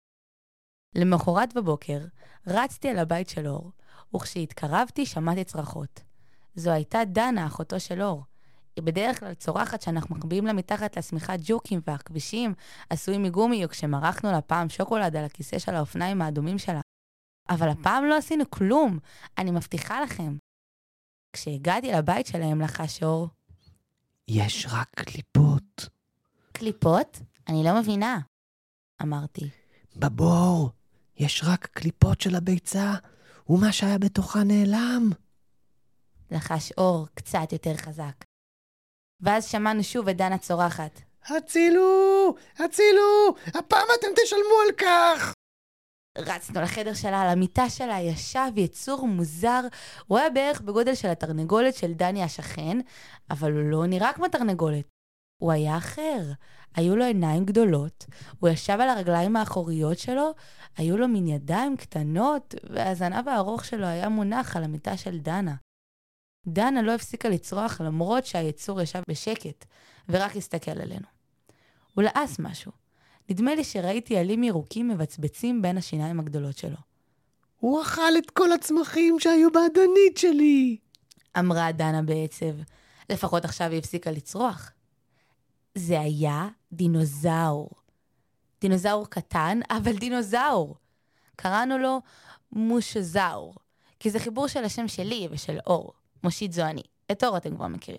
למחרת בבוקר, רצתי אל הבית של אור, וכשהתקרבתי שמעתי צרחות. זו הייתה דנה, אחותו של אור. היא בדרך כלל צורחת שאנחנו מחביאים לה מתחת לשמיכת ג'וקים והכבישים, עשויים מגומי, וכשמרחנו לה פעם שוקולד על הכיסא של האופניים האדומים שלה. אבל הפעם לא עשינו כלום, אני מבטיחה לכם. כשהגעתי לבית שלהם לחש אור, יש רק קליפות. קליפות? אני לא מבינה. אמרתי. בבור יש רק קליפות של הביצה, ומה שהיה בתוכה נעלם. לחש אור קצת יותר חזק. ואז שמענו שוב את דנה צורחת. הצילו! הצילו! הפעם אתם תשלמו על כך! רצנו לחדר שלה, על המיטה שלה ישב יצור מוזר. הוא היה בערך בגודל של התרנגולת של דני השכן, אבל הוא לא נראה כמו תרנגולת. הוא היה אחר. היו לו עיניים גדולות, הוא ישב על הרגליים האחוריות שלו, היו לו מין ידיים קטנות, והזנב הארוך שלו היה מונח על המיטה של דנה. דנה לא הפסיקה לצרוח למרות שהיצור ישב בשקט, ורק הסתכל עלינו. הוא לעס משהו. נדמה לי שראיתי עלים ירוקים מבצבצים בין השיניים הגדולות שלו. הוא אכל את כל הצמחים שהיו באדנית שלי! אמרה דנה בעצב. לפחות עכשיו היא הפסיקה לצרוח. זה היה דינוזאור. דינוזאור קטן, אבל דינוזאור. קראנו לו מושזאור, כי זה חיבור של השם שלי ושל אור. מושית זו אני. את אור אתם כבר מכירים.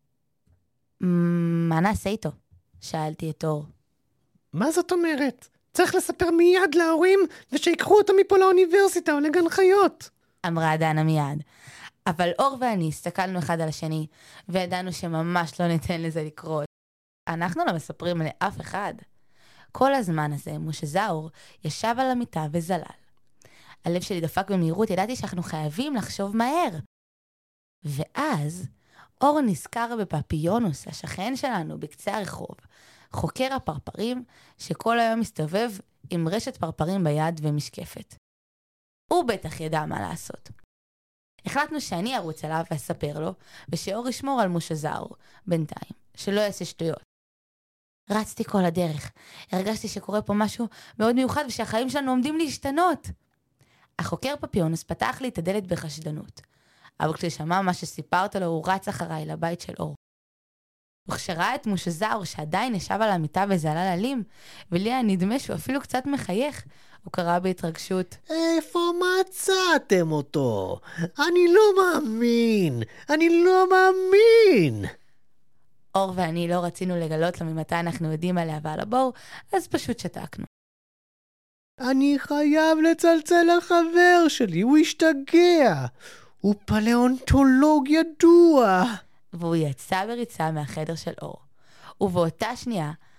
מה נעשה איתו? שאלתי את אור. מה זאת אומרת? צריך לספר מיד להורים ושיקחו אותו מפה לאוניברסיטה או לגן חיות. אמרה דנה מיד. אבל אור ואני הסתכלנו אחד על השני, וידענו שממש לא ניתן לזה לקרות. אנחנו לא מספרים לאף אחד. כל הזמן הזה מושזאור ישב על המיטה וזלל. הלב שלי דפק במהירות, ידעתי שאנחנו חייבים לחשוב מהר. ואז אור נזכר בפפיונוס, השכן שלנו בקצה הרחוב, חוקר הפרפרים שכל היום מסתובב עם רשת פרפרים ביד ומשקפת. הוא בטח ידע מה לעשות. החלטנו שאני ארוץ אליו ואספר לו, ושאור ישמור על מושזאור בינתיים, שלא יעשה שטויות. רצתי כל הדרך. הרגשתי שקורה פה משהו מאוד מיוחד ושהחיים שלנו עומדים להשתנות. החוקר פפיונוס פתח לי את הדלת בחשדנות. אבל כששמע מה שסיפרת לו, הוא רץ אחריי לבית של אור. וכשראה את מושזאור שעדיין ישב על המיטה וזלל עלים, ולי היה נדמה שהוא אפילו קצת מחייך, הוא קרא בהתרגשות. איפה מצאתם אותו? אני לא מאמין! אני לא מאמין! אור ואני לא רצינו לגלות לו ממתי אנחנו יודעים עליה ועל הבור, אז פשוט שתקנו. אני חייב לצלצל לחבר שלי, הוא השתגע. הוא פלאונטולוג ידוע. והוא יצא בריצה מהחדר של אור. ובאותה שנייה,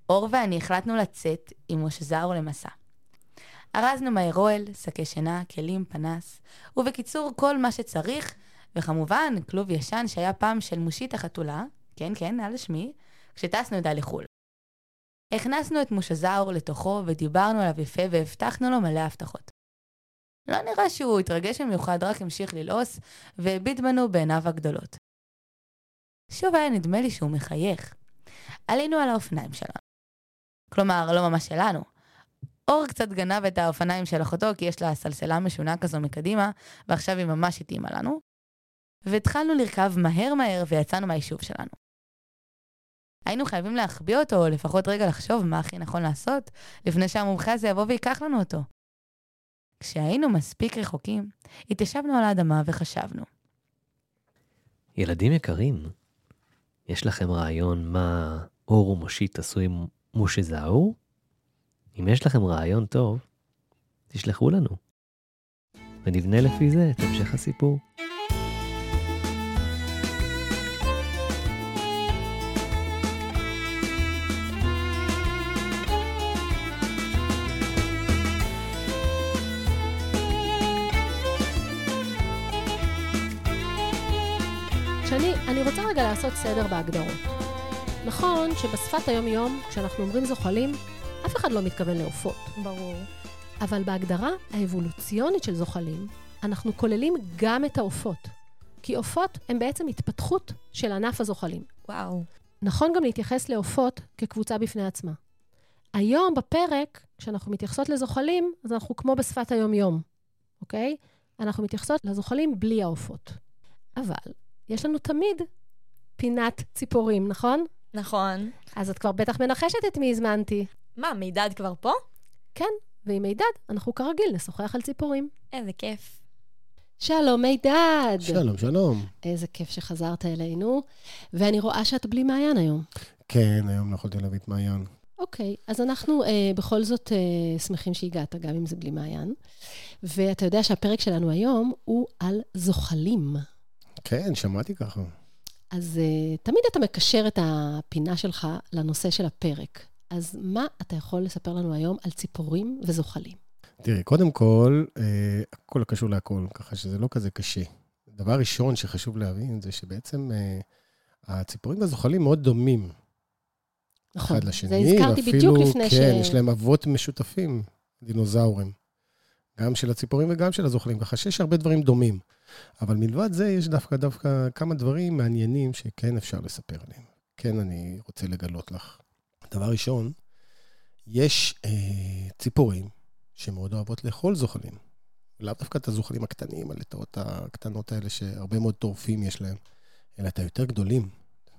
אור ואני החלטנו לצאת עם מושזאור למסע. ארזנו מהאוהל, שקי שינה, כלים, פנס, ובקיצור כל מה שצריך, וכמובן כלוב ישן שהיה פעם של מושית החתולה, כן, על שמי, כשטסנו די לחול. הכנסנו את מושזאור לתוכו ודיברנו עליו יפה והבטחנו לו מלא הבטחות. לא נראה שהוא התרגש במיוחד, רק המשיך ללעוס והביט בנו בעיניו הגדולות. שוב היה נדמה לי שהוא מחייך. עלינו על האופניים שלנו. כלומר, לא ממש שלנו. אור קצת גנב את האופניים של אחותו, כי יש לה סלסלה משונה כזו מקדימה, ועכשיו היא ממש התאימה לנו. והתחלנו לרכב מהר ויצאנו מהיישוב שלנו. היינו חייבים להחביא אותו, או לפחות רגע לחשוב מה הכי נכון לעשות, לפני שהמומחה הזה יבוא ויקח לנו אותו. כשהיינו מספיק רחוקים, התיישבנו על האדמה וחשבנו. ילדים יקרים, יש לכם רעיון מה אור ומושית עשו עם מושזאור? אם יש לכם רעיון טוב, תשלחו לנו. ונבנה לפי זה את המשך הסיפור. אני רוצה רגע לעשות סדר בהגדרות. נכון שבשפת היום-יום, כשאנחנו אומרים זוחלים, אף אחד לא מתכוון לעופות. ברור. אבל בהגדרה האבולוציונית של זוחלים, אנחנו כוללים גם את העופות. כי עופות הם בעצם התפתחות של ענף הזוחלים. וואו. נכון גם להתייחס לעופות כקבוצה בפני עצמה. היום בפרק, כשאנחנו מתייחסות לזוחלים, אז אנחנו כמו בשפת היום-יום, אוקיי? אנחנו מתייחסות לזוחלים בלי העופות. אבל יש לנו תמיד פינת ציפורים, נכון? נכון. אז את כבר בטח מנחשת את מי הזמנתי. מה, מידד כבר פה? כן, ועם מידד אנחנו כרגיל נשוחח על ציפורים. איזה כיף. שלום מידד. שלום. איזה כיף שחזרת אלינו, ואני רואה שאת בלי מעיין היום. כן, היום לא יכולתי להביא את מעיין. אוקיי, אז אנחנו בכל זאת שמחים שהגעת, גם אם זה בלי מעיין. ואתה יודע שהפרק שלנו היום הוא על זוחלים. כן, שמעתי ככה. אז תמיד אתה מקשר את הפינה שלך לנושא של הפרק. אז מה אתה יכול לספר לנו היום על ציפורים וזוחלים? תראי, קודם כל, הכל קשור להכל, ככה שזה לא כזה קשה. דבר ראשון שחשוב להבין זה שבעצם הציפורים והזוחלים מאוד דומים. נכון, אחד לשני, זה הזכרתי בדיוק לפני כן, יש להם אבות משותפים, דינוזאורים. גם של הציפורים וגם של הזוחלים, ככה שיש הרבה דברים דומים. אבל מלבד זה יש דווקא כמה דברים מעניינים שכן אפשר לספר עליהם. כן, אני רוצה לגלות לך. דבר ראשון, יש ציפורים שמאוד אוהבות לאכול זוחלים. לאו דווקא את הזוחלים הקטנים, הלטאות הקטנות האלה שהרבה מאוד טורפים יש להם, אלא את היותר גדולים.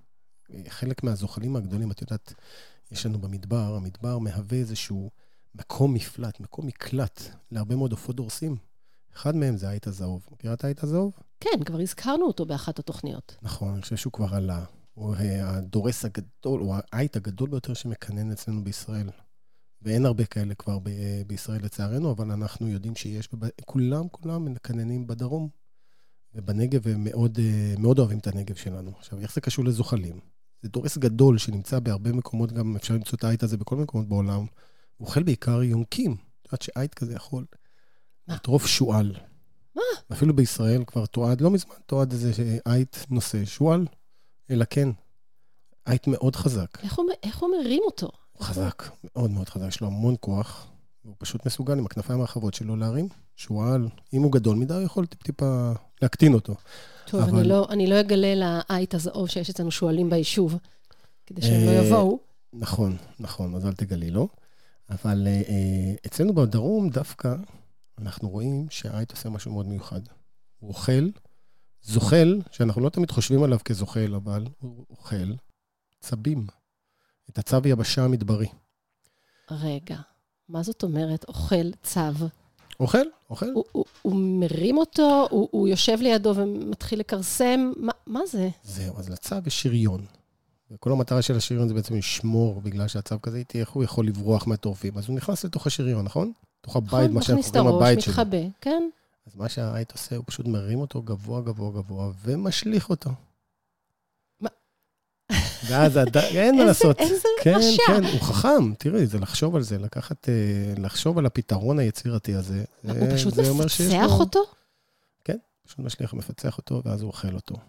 חלק מהזוחלים הגדולים, את יודעת, יש לנו במדבר, המדבר מהווה איזשהו מקום מפלט, מקום מקלט להרבה מאוד עופות דורסים. אחד מהם זה העית הזהוב. מכירה את העית הזהוב? כן, כבר הזכרנו אותו באחת התוכניות. נכון, אני חושב שהוא כבר עלה. הוא הדורס הגדול, הוא העית הגדול ביותר שמקנן אצלנו בישראל. ואין הרבה כאלה כבר בישראל לצערנו, אבל אנחנו יודעים שיש, כולם מקננים בדרום ובנגב, והם מאוד אוהבים את הנגב שלנו. עכשיו, איך זה קשור לזוחלים? זה דורס גדול שנמצא בהרבה מקומות, גם אפשר למצוא את העית הזה בכל מקומות בעולם. הוא אוכל בעיקר יונקים. את יודעת שעית כזה יכול לטרוף שואל. מה? אפילו בישראל כבר תועד, לא מזמן תועד איזה עית נושא שואל, אלא כן. עית מאוד חזק. איך הוא מרים אותו? הוא חזק, מאוד מאוד חזק, יש לו המון כוח, הוא פשוט מסוגל עם הכנפיים הרחבות שלו להרים, שואל, אם הוא גדול מדי, הוא יכול טיפה להקטין אותו. טוב, אבל אני לא אגלה לעית הזהוב שיש אצלנו שואלים ביישוב, כדי שהם לא יבואו. נכון, אז אל תגלי לו. אבל אצלנו בדרום דווקא, אנחנו רואים שהעית עושה משהו מאוד מיוחד. הוא אוכל, זוחל, שאנחנו לא תמיד חושבים עליו כזוחל, אבל הוא אוכל צבים. את הצב יבשה המדברי. רגע, מה זאת אומרת אוכל צב? אוכל. הוא מרים אותו, הוא יושב לידו ומתחיל לקרסם, מה זה? זהו, אז לצב יש שריון. וכל המטרה של השריון זה בעצם לשמור, בגלל שהצב כזה איתי, איך הוא יכול לברוח מהטורפים. אז הוא נכנס לתוך השריון, נכון? לתוך הבית, מה שאנחנו קוראים הבית שלו. מתחבא, כן? אז מה שהעית עושה, הוא פשוט מרים אותו גבוה, גבוה, גבוה, ומשליך אותו. ואז אין מה לעשות. איזה כן, רשע. כן, הוא חכם. תראי, זה לחשוב על זה, לחשוב על הפתרון היצירתי הזה. הוא פשוט זה אומר שיש מפצח לו- אותו? כן, פשוט משליח ומפצח אותו, ואז הוא אוכל אותו.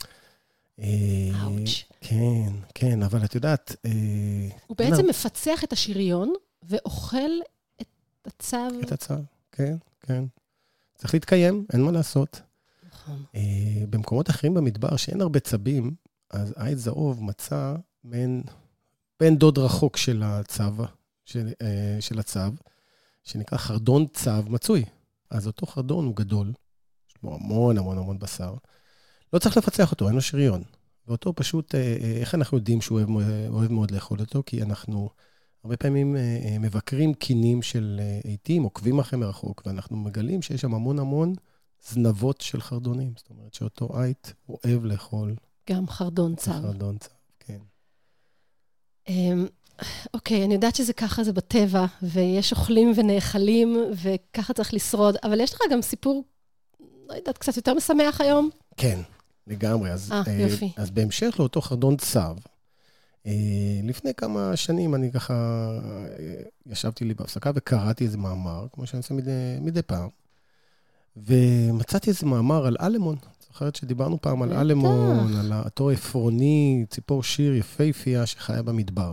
אאוץ'. כן, כן, אבל את יודעת... הוא בעצם מפצח את השריון, ואוכל את הצו. את הצו, כן, כן. צריך להתקיים, אין מה לעשות. נכון. במקומות אחרים במדבר, שאין הרבה צבים, אז עית זהוב מצא בן דוד רחוק של הצו, שנקרא חרדון צו מצוי. אז אותו חרדון הוא גדול, יש בו המון המון המון בשר. לא צריך לפצח אותו, אין לו שריון. ואותו פשוט, איך אנחנו יודעים שהוא אוהב מאוד לאכול אותו? כי אנחנו הרבה פעמים מבקרים קינים של עיתים, עוקבים אחרי מרחוק, ואנחנו מגלים שיש שם המון המון זנבות של חרדונים. זאת אומרת שאותו עית אוהב לאכול. גם חרדון צו. חרדון צו, כן. אוקיי, אני יודעת שזה ככה, זה בטבע, ויש אוכלים ונאכלים, וככה צריך לשרוד, אבל יש לך גם סיפור, לא יודעת, קצת יותר משמח היום? כן, לגמרי. יופי. אז בהמשך לאותו חרדון צו, לפני כמה שנים אני ככה ישבתי לי בהפסקה וקראתי איזה מאמר, כמו שאני עושה מדי פעם, ומצאתי איזה מאמר על אלמון. זוכרת שדיברנו פעם על אלמון, על אותו עפרוני, ציפור שיר יפהפייה שחיה במדבר.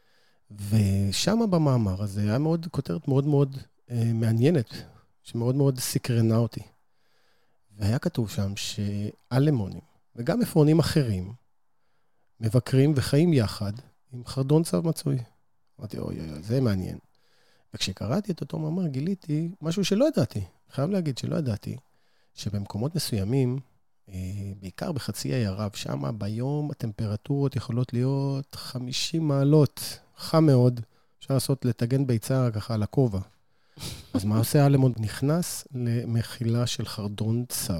ושם במאמר הזה היה כותרת מאוד מאוד מעניינת, שמאוד מאוד סקרנה אותי. והיה כתוב שם שאלמונים, וגם עפרונים אחרים, מבקרים וחיים יחד עם חרדון צו מצוי. אמרתי, אוי, זה מעניין. וכשקראתי את אותו מאמר, גיליתי משהו שלא ידעתי. חייב להגיד שלא ידעתי, שבמקומות מסוימים, בעיקר בחצי האי ערב, שם ביום הטמפרטורות יכולות להיות 50 מעלות, חם מאוד, אפשר לטגן ביצה ככה על הכובע. אז מה עושה אלמון? נכנס למחילה של חרדון צו.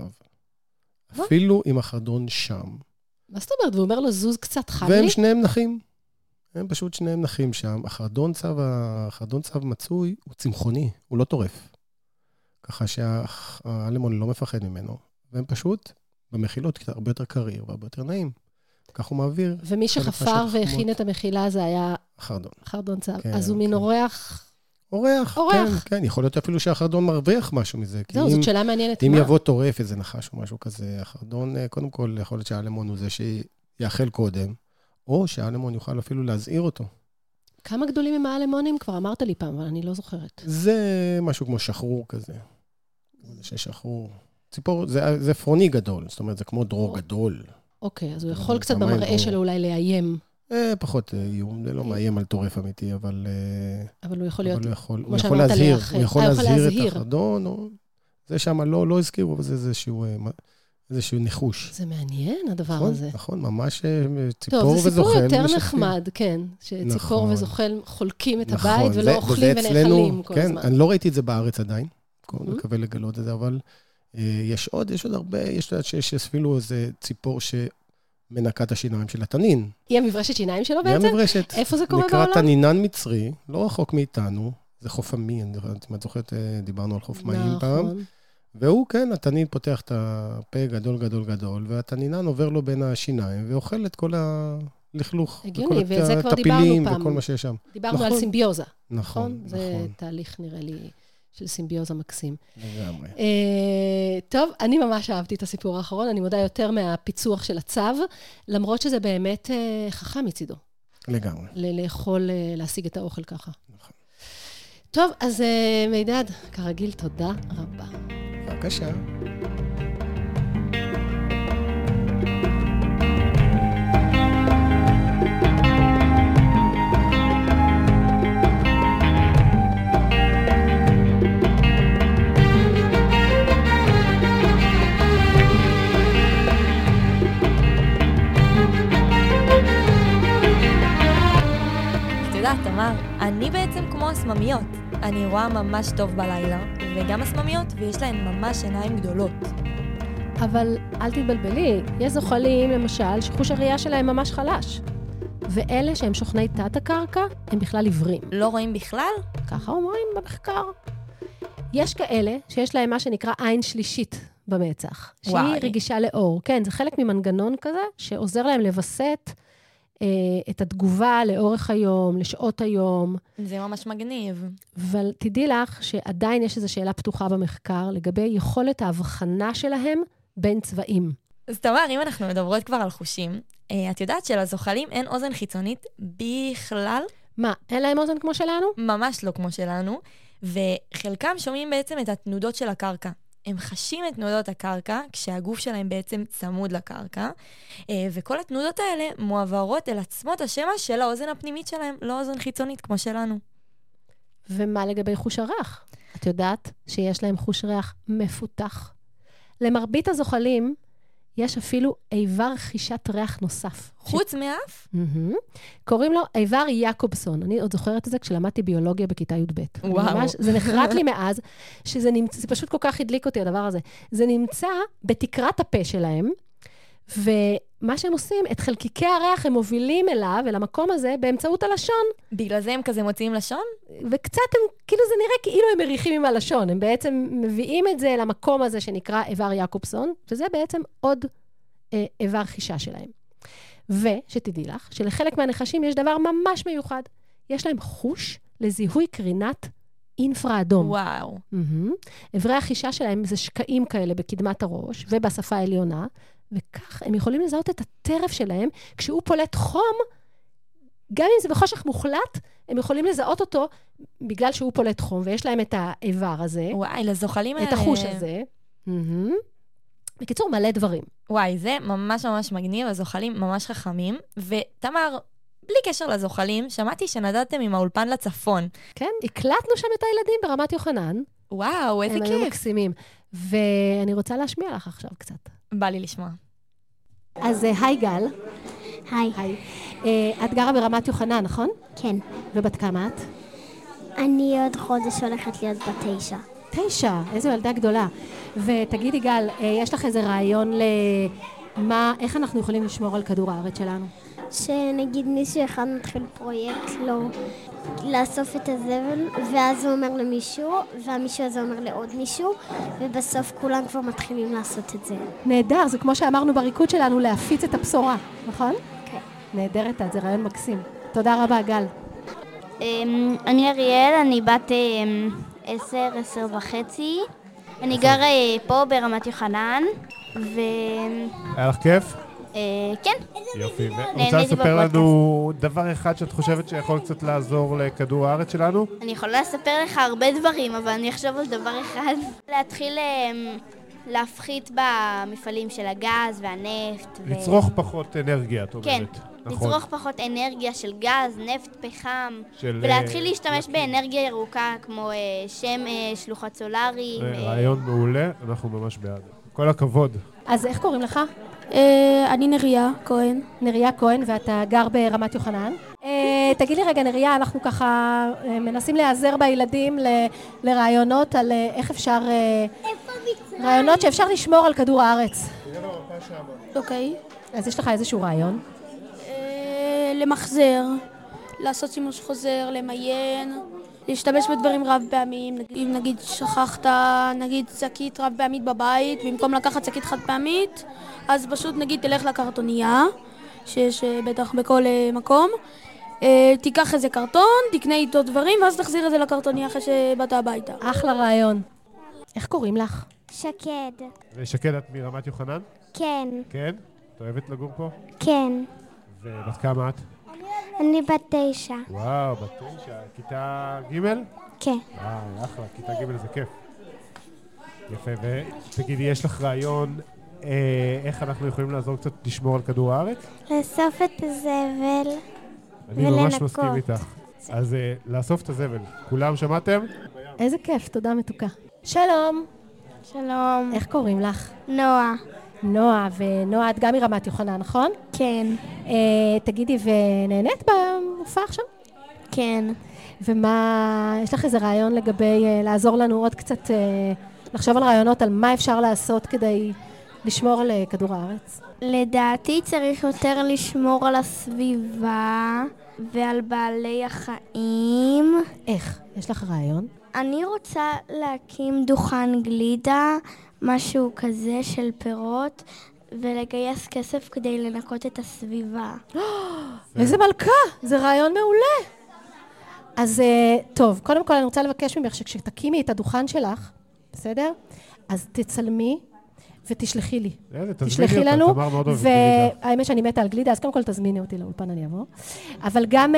אפילו עם החרדון שם. מה זאת אומרת? והוא אומר לו, זוז קצת חם לי? והם שניהם נחים. הם פשוט שניהם נחים שם. החרדון צו מצוי הוא צמחוני, הוא לא טורף. ככה שהאלמון לא מפחד ממנו. והם פשוט במחילות הרבה יותר קריר והרבה יותר נעים. כך הוא מעביר. ומי שחפר והכין את המחילה זה היה... חרדון צו. אז הוא מין אורח... אורח, כן. יכול להיות אפילו שהחרדון מרוויח משהו מזה. זהו, זאת שאלה מעניינת. אם יבוא טורף איזה נחש או משהו כזה, החרדון, קודם כל, יכול להיות שהאלמון הוא זה שיאכל קודם, או שהאלמון יוכל אפילו להזהיר אותו. כמה גדולים עם האלמונים? כבר אמרת לי פעם, אבל אני לא זוכרת. זה משהו כמו שחרור כזה. שחרור. ציפור, זה עפרוני גדול, זאת אומרת, זה כמו דרור גדול. אוקיי, אז הוא יכול קצת במראה שלו אולי לאיים. פחות איום, זה לא מאיים על טורף אמיתי, אבל הוא יכול להיות, הוא יכול להזהיר, הוא יכול להזהיר את החרדון, זה שם לא הזכירו, אבל זה איזשהו ניחוש. זה מעניין, הדבר הזה. נכון, ממש ציפור וזוחל. טוב, זה סיפור יותר נחמד, כן, שציפור וזוחל חולקים את הבית ולא אוכלים ונאכלים כל הזמן. אני לא ראיתי את זה בארץ עדיין, מקווה לגלות את זה, אבל יש עוד הרבה, יש אפילו איזה ציפור מנקה את השיניים של התנין. היא המברשת שיניים שלו בעצם? היא המברשת. איפה זה קורה בעולם? נקרא תנינן מצרי, לא רחוק מאיתנו, זה חוף עמי, אם את זוכרת, דיברנו על חוף מים פעם. והוא, כן, התנין פותח את הפה גדול גדול גדול, והתנינן עובר לו בין השיניים, ואוכל את כל הלכלוך. הגיוני, וזה כבר דיברנו פעם. וכל מה שיש שם. דיברנו על סימביוזה. נכון. זה תהליך, נראה לי, של סימביוזה מקסים. לגמרי. טוב, אני ממש אהבתי את הסיפור האחרון, אני מודה יותר מהפיצוח של הצו, למרות שזה באמת חכם מצידו. לגמרי. לאכול, להשיג את האוכל ככה. נכון. טוב, אז מידד, כרגיל, תודה רבה. בבקשה. תמר, אני בעצם כמו הסממיות. אני רואה ממש טוב בלילה, וגם הסממיות, ויש להן ממש עיניים גדולות. אבל אל תתבלבלי, יש זוחלים למשל שחוש הראייה שלהם ממש חלש. ואלה שהם שוכני תת הקרקע, הם בכלל עיוורים. לא רואים בכלל? ככה אומרים במחקר. יש כאלה שיש להם מה שנקרא עין שלישית במצח, שהיא רגישה לאור. כן, זה חלק ממנגנון כזה שעוזר להם לבסט את התגובה לאורך היום, לשעות היום. זה ממש מגניב. אבל תדעי לך שעדיין יש איזו שאלה פתוחה במחקר לגבי יכולת ההבחנה שלהם בין צבעים. אז תמר, אם אנחנו מדברות כבר על חושים, את יודעת שלזוחלים אין אוזן חיצונית בכלל? מה, אין להם אוזן כמו שלנו? ממש לא כמו שלנו, וחלקם שומעים בעצם את התנודות של הקרקע. הם חשים את תנודות הקרקע, כשהגוף שלהם בעצם צמוד לקרקע, וכל התנודות האלה מועברות אל עצמות השמש של האוזן הפנימית שלהם, לא אוזן חיצונית כמו שלנו. ומה לגבי חוש הריח? את יודעת שיש להם חוש ריח מפותח. למרבית הזוחלים, יש אפילו איבר חישת ריח נוסף. חוץ מאף? קוראים לו איבר יעקובסון. אני עוד זוכרת את זה כשלמדתי ביולוגיה בכיתה י"ב. וואו. זה נחרט לי מאז, זה פשוט כל כך הדליק אותי, הדבר הזה. זה נמצא בתקרת הפה שלהם, ומה שהם עושים, את חלקיקי הריח הם מובילים אליו, אל המקום הזה, באמצעות הלשון. בגלל זה הם כזה מוציאים לשון? וקצת הם, כאילו זה נראה כאילו הם מריחים עם הלשון. הם בעצם מביאים את זה למקום הזה שנקרא איבר יעקובסון, וזה בעצם עוד איבר חישה שלהם. ושתדעי לך, שלחלק מהנחשים יש דבר ממש מיוחד. יש להם חוש לזיהוי קרינת אינפרה-אדום. וואו. איברי החישה שלהם זה שקעים כאלה בקדמת הראש ובשפה העליונה, וכך הם יכולים לזהות את הטרף שלהם, כשהוא פולט חום, גם אם זה בחושך מוחלט, הם יכולים לזהות אותו בגלל שהוא פולט חום, ויש להם את האיבר הזה. וואי, לזוחלים האלה. את החוש הזה. בקיצור, מלא דברים. וואי, זה ממש ממש מגניב, הזוחלים ממש חכמים, ותמר, בלי קשר לזוחלים, שמעתי שנדדתם עם האולפן לצפון. כן, הקלטנו שם את הילדים ברמת יוחנן. וואו, איזה כיף. הם היו מקסימים. ואני רוצה להשמיע לך עכשיו קצת. בא לי לשמוע. אז היי גל. היי. את גרה ברמת יוחנן, נכון? כן. ובת כמה את? אני עוד חודש הולכת להיות בת 9. 9, איזו ילדה גדולה. ותגידי גל, יש לך איזה רעיון איך אנחנו יכולים לשמור על כדור הארץ שלנו? שנגיד מישהו אחד מתחיל פרויקט לאסוף את הזבל, ואז הוא אומר למישהו, והמישהו הזה אומר לעוד מישהו, ובסוף כולם כבר מתחילים לעשות את זה. נהדר, זה כמו שאמרנו בריקוד שלנו, להפיץ את הבשורה, נכון? כן. נהדרת, זה רעיון מקסים. תודה רבה, גל. אני אריאל, אני בת 10 וחצי. אני גר פה ברמת יוחנן, היה לך כיף? כן. יופי. רוצה לספר לנו דבר אחד שאת חושבת שיכול קצת לעזור לכדור הארץ שלנו? אני יכולה לספר לך הרבה דברים, אבל אני אחשוב על דבר אחד. להתחיל להפחית במפעלים של הגז והנפט. לצרוך פחות אנרגיה, את אומרת. כן, נכון. לצרוך פחות אנרגיה של גז, נפט, פחם, ולהתחיל להשתמש באנרגיה ירוקה כמו שמש, לוחות סולאריים. רעיון מעולה, אנחנו ממש בעד. כל הכבוד. אז איך קוראים לך? אני נריה כהן. נריה כהן, ואתה גר ברמת יוחנן. תגיד לי רגע, נריה, אנחנו ככה מנסים להיעזר בילדים לרעיונות על איך אפשר... רעיונות שאפשר לשמור על כדור הארץ. אוקיי. אז יש לך איזשהו רעיון? למחזר, לעשות שימוש חוזר, למיין, להשתמש בדברים רב פעמים. אם נגיד שכחת, נגיד שקית רב פעמית בבית, במקום לקחת שקית חד פעמית, אז פשוט נגיד תלך לקרטוניה, שיש בטח בכל מקום, תיקח איזה קרטון, תקנה איתו דברים, ואז תחזיר את זה לקרטוניה אחרי שבאת הביתה. אחלה רעיון. איך קוראים לך? שקד. ושקד, את מרמת יוחנן? כן. כן? את אוהבת לגור פה? כן. ובת כמה את? אני בת 9. וואו, בת 9. כיתה ג'? כן. אחלה, כיתה ג' זה כיף. יפה, ותגידי, יש לך רעיון איך אנחנו יכולים לעזור קצת לשמור על כדור הארץ? לאסוף את הזבל אני ממש מסכים איתך. אז לאסוף את הזבל. כולם שמעתם? איזה כיף, תודה מתוקה. שלום. שלום. איך קוראים לך? נועה. נועה, ונועה, את גם מרמת יוחנן, נכון? כן. תגידי, ונהנית במופע עכשיו? כן. ומה, יש לך איזה רעיון לגבי לעזור לנו עוד קצת, לחשוב על רעיונות על מה אפשר לעשות כדי לשמור על כדור הארץ? לדעתי צריך יותר לשמור על הסביבה ועל בעלי החיים. איך? יש לך רעיון? אני רוצה להקים דוכן גלידה, משהו כזה של פירות, ולגייס כסף כדי לנקות את הסביבה. איזה מלכה, זה רעיון מעולה. אז טוב, קודם כל אני רוצה לבקש ממך שכשתקימי את הדוכן שלך, בסדר? אז תצלמי ותשלחי לי. תשלחי לנו, והאמת שאני מתה על גלידה, אז קודם כל תזמיני אותי לאולפן, אני אבוא. אבל גם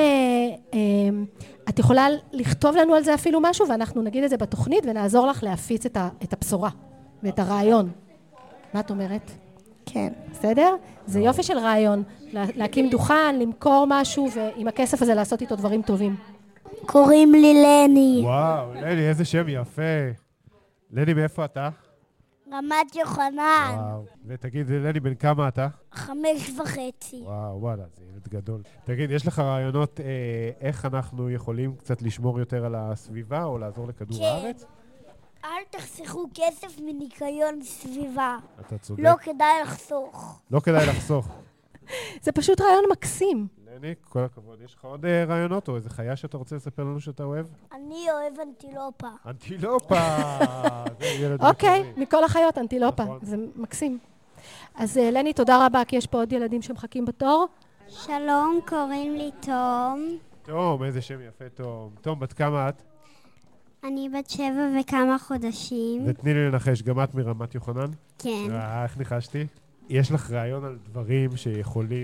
את יכולה לכתוב לנו על זה אפילו משהו, ואנחנו נגיד את זה בתוכנית, ונעזור לך להפיץ את הבשורה ואת הרעיון. מה את אומרת? כן. בסדר? זה יופי של רעיון, להקים דוכן, למכור משהו, ועם הכסף הזה לעשות איתו דברים טובים. קוראים לי לני. וואו, לני, איזה שם יפה. לני, מאיפה אתה? רמת יוחנן. וואו. ותגיד, לני, בן כמה אתה? 5.5. וואו, וואלה, זה ילד גדול. תגיד, יש לך רעיונות איך אנחנו יכולים קצת לשמור יותר על הסביבה, או לעזור לכדור הארץ? אל תחסכו כסף מניקיון סביבה. אתה צודק. לא כדאי לחסוך. לא כדאי לחסוך. זה פשוט רעיון מקסים. לני, כל הכבוד. יש לך עוד רעיונות או איזה חיה שאתה רוצה לספר לנו שאתה אוהב? אני אוהב אנטילופה. אנטילופה! זה ילד אוקיי, מכל החיות אנטילופה. זה מקסים. אז לני, תודה רבה, כי יש פה עוד ילדים שמחכים בתור. שלום, קוראים לי תום. תום, איזה שם יפה, תום. תום, בת כמה את? אני בת 7 וכמה חודשים. ותני לי לנחש, גם את מרמת יוחנן? כן. איך ניחשתי? יש לך רעיון על דברים שיכולים...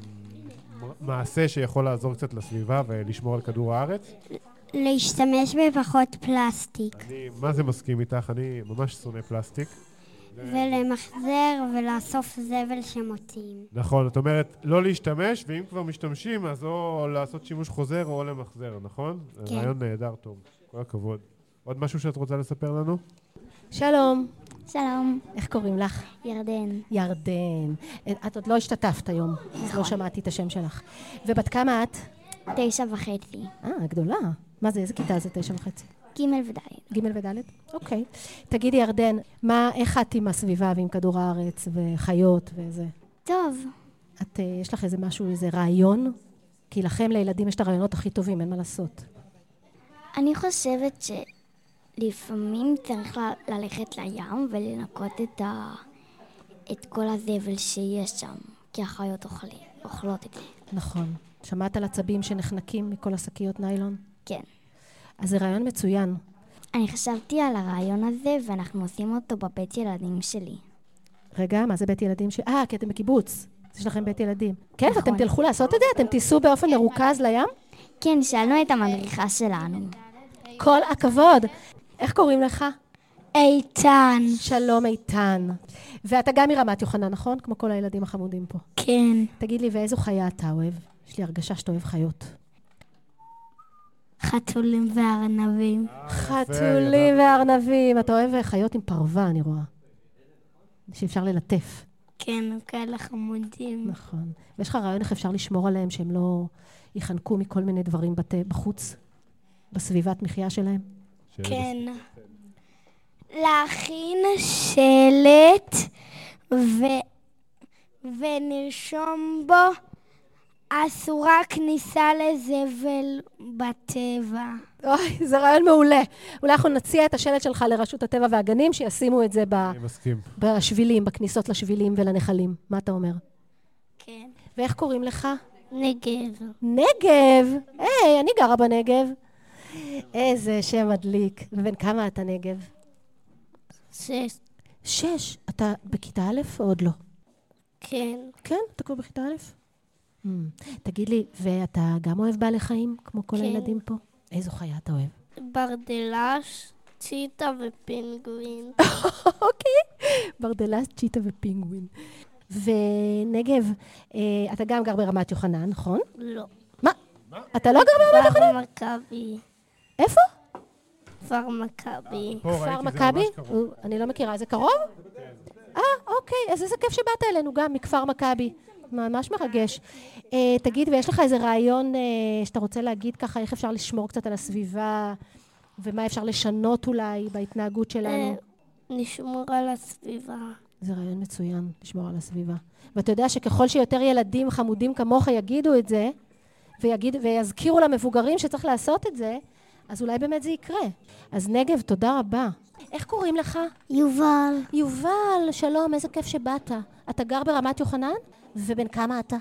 מעשה שיכול לעזור קצת לסביבה ולשמור על כדור הארץ? להשתמש בפחות פלסטיק. אני, מה זה מסכים איתך? אני ממש שונא פלסטיק. ולמחזר ולאסוף זבל שמוצאים. נכון, זאת אומרת, לא להשתמש, ואם כבר משתמשים, אז או לעשות שימוש חוזר או למחזר, נכון? כן. רעיון נהדר, טוב. כל הכבוד. עוד משהו שאת רוצה לספר לנו? שלום. שלום. איך קוראים לך? ירדן. ירדן. את עוד לא השתתפת היום, אז לא שמעתי את השם שלך. ובת כמה את? 9.5. גדולה. מה זה, איזה כיתה זה 9.5? ג' וד'. ג' וד'? אוקיי. תגידי, ירדן, איך את עם הסביבה ועם כדור הארץ וחיות וזה? טוב. יש לך איזה משהו, איזה רעיון? כי לכם, לילדים, יש את הרעיונות הכי טובים, אין מה לעשות. אני חושבת שלפעמים צריך ללכת לים ולנקות את כל הזבל שיש שם, כי החיות אוכלות את זה. נכון. שמעת על עצבים שנחנקים מכל השקיות ניילון? כן. אז זה רעיון מצוין. אני חשבתי על הרעיון הזה, ואנחנו עושים אותו בבית ילדים שלי. רגע, מה זה בית ילדים שלי? כי אתם בקיבוץ. יש לכם בית ילדים. כן, נכון. ואתם תלכו לעשות את זה? אתם תיסעו באופן מרוכז לים? כן, שאלנו את המדריכה שלנו. כל הכבוד. איך קוראים לך? איתן. שלום, איתן. ואתה גם מרמת יוחנן, נכון? כמו כל הילדים החמודים פה. כן. תגיד לי, ואיזו חיה אתה אוהב? יש לי הרגשה שאתה אוהב חיות. חתולים וארנבים. חתולים וארנבים. אתה אוהב חיות עם פרווה, אני רואה. שאפשר ללטף. כן, כאלה חמודים. נכון. ויש לך רעיון איך אפשר לשמור עליהם, שהם לא יחנקו מכל מיני דברים בחוץ, בסביבת מחיה שלהם? כן. להכין שלט ונרשום בו אסורה כניסה לזבל בטבע. אוי, זה רעיון מעולה. אולי אנחנו נציע את השלט שלך לרשות הטבע והגנים, שישימו את זה בשבילים, בכניסות לשבילים ולנחלים. מה אתה אומר? כן. ואיך קוראים לך? נגב. נגב? היי, אני גרה בנגב. איזה שם מדליק. ובן כמה אתה נגב? 6. 6. אתה בכיתה א' או עוד לא? כן. כן? אתה כבר בכיתה א'? תגיד לי, ואתה גם אוהב בעלי חיים, כמו כל הילדים פה? איזו חיה אתה אוהב? ברדלש, צ'יטה ופינגווין. אוקיי, ברדלש, צ'יטה ופינגווין. ונגב, אתה גם גר ברמת יוחנן, נכון? לא. מה? אתה לא גר ברמת יוחנן? כפר מכבי. איפה? כפר מכבי. כפר מכבי? אני לא מכירה, זה קרוב? אוקיי, אז איזה כיף שבאת אלינו גם מכפר מכבי. ממש מרגש. תגיד, ויש לך איזה רעיון שאתה רוצה להגיד ככה, איך אפשר לשמור קצת על הסביבה, ומה אפשר לשנות אולי בהתנהגות שלנו? לשמור על הסביבה. זה רעיון מצוין, לשמור על הסביבה. ואתה יודע שככל שיותר ילדים חמודים כמוך יגידו את זה, ויזכירו למבוגרים שצריך לעשות את זה, אז אולי באמת זה יקרה. אז נגב, תודה רבה. איך קוראים לך? יובל. יובל, שלום, איזה כיף שבאת. אתה גר ברמת יוחנן? ובן כמה אתה?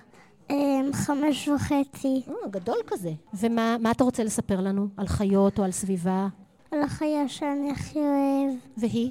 5.5. גדול כזה. ומה אתה רוצה לספר לנו? על חיות או על סביבה? על החיה שאני הכי אוהב. והיא?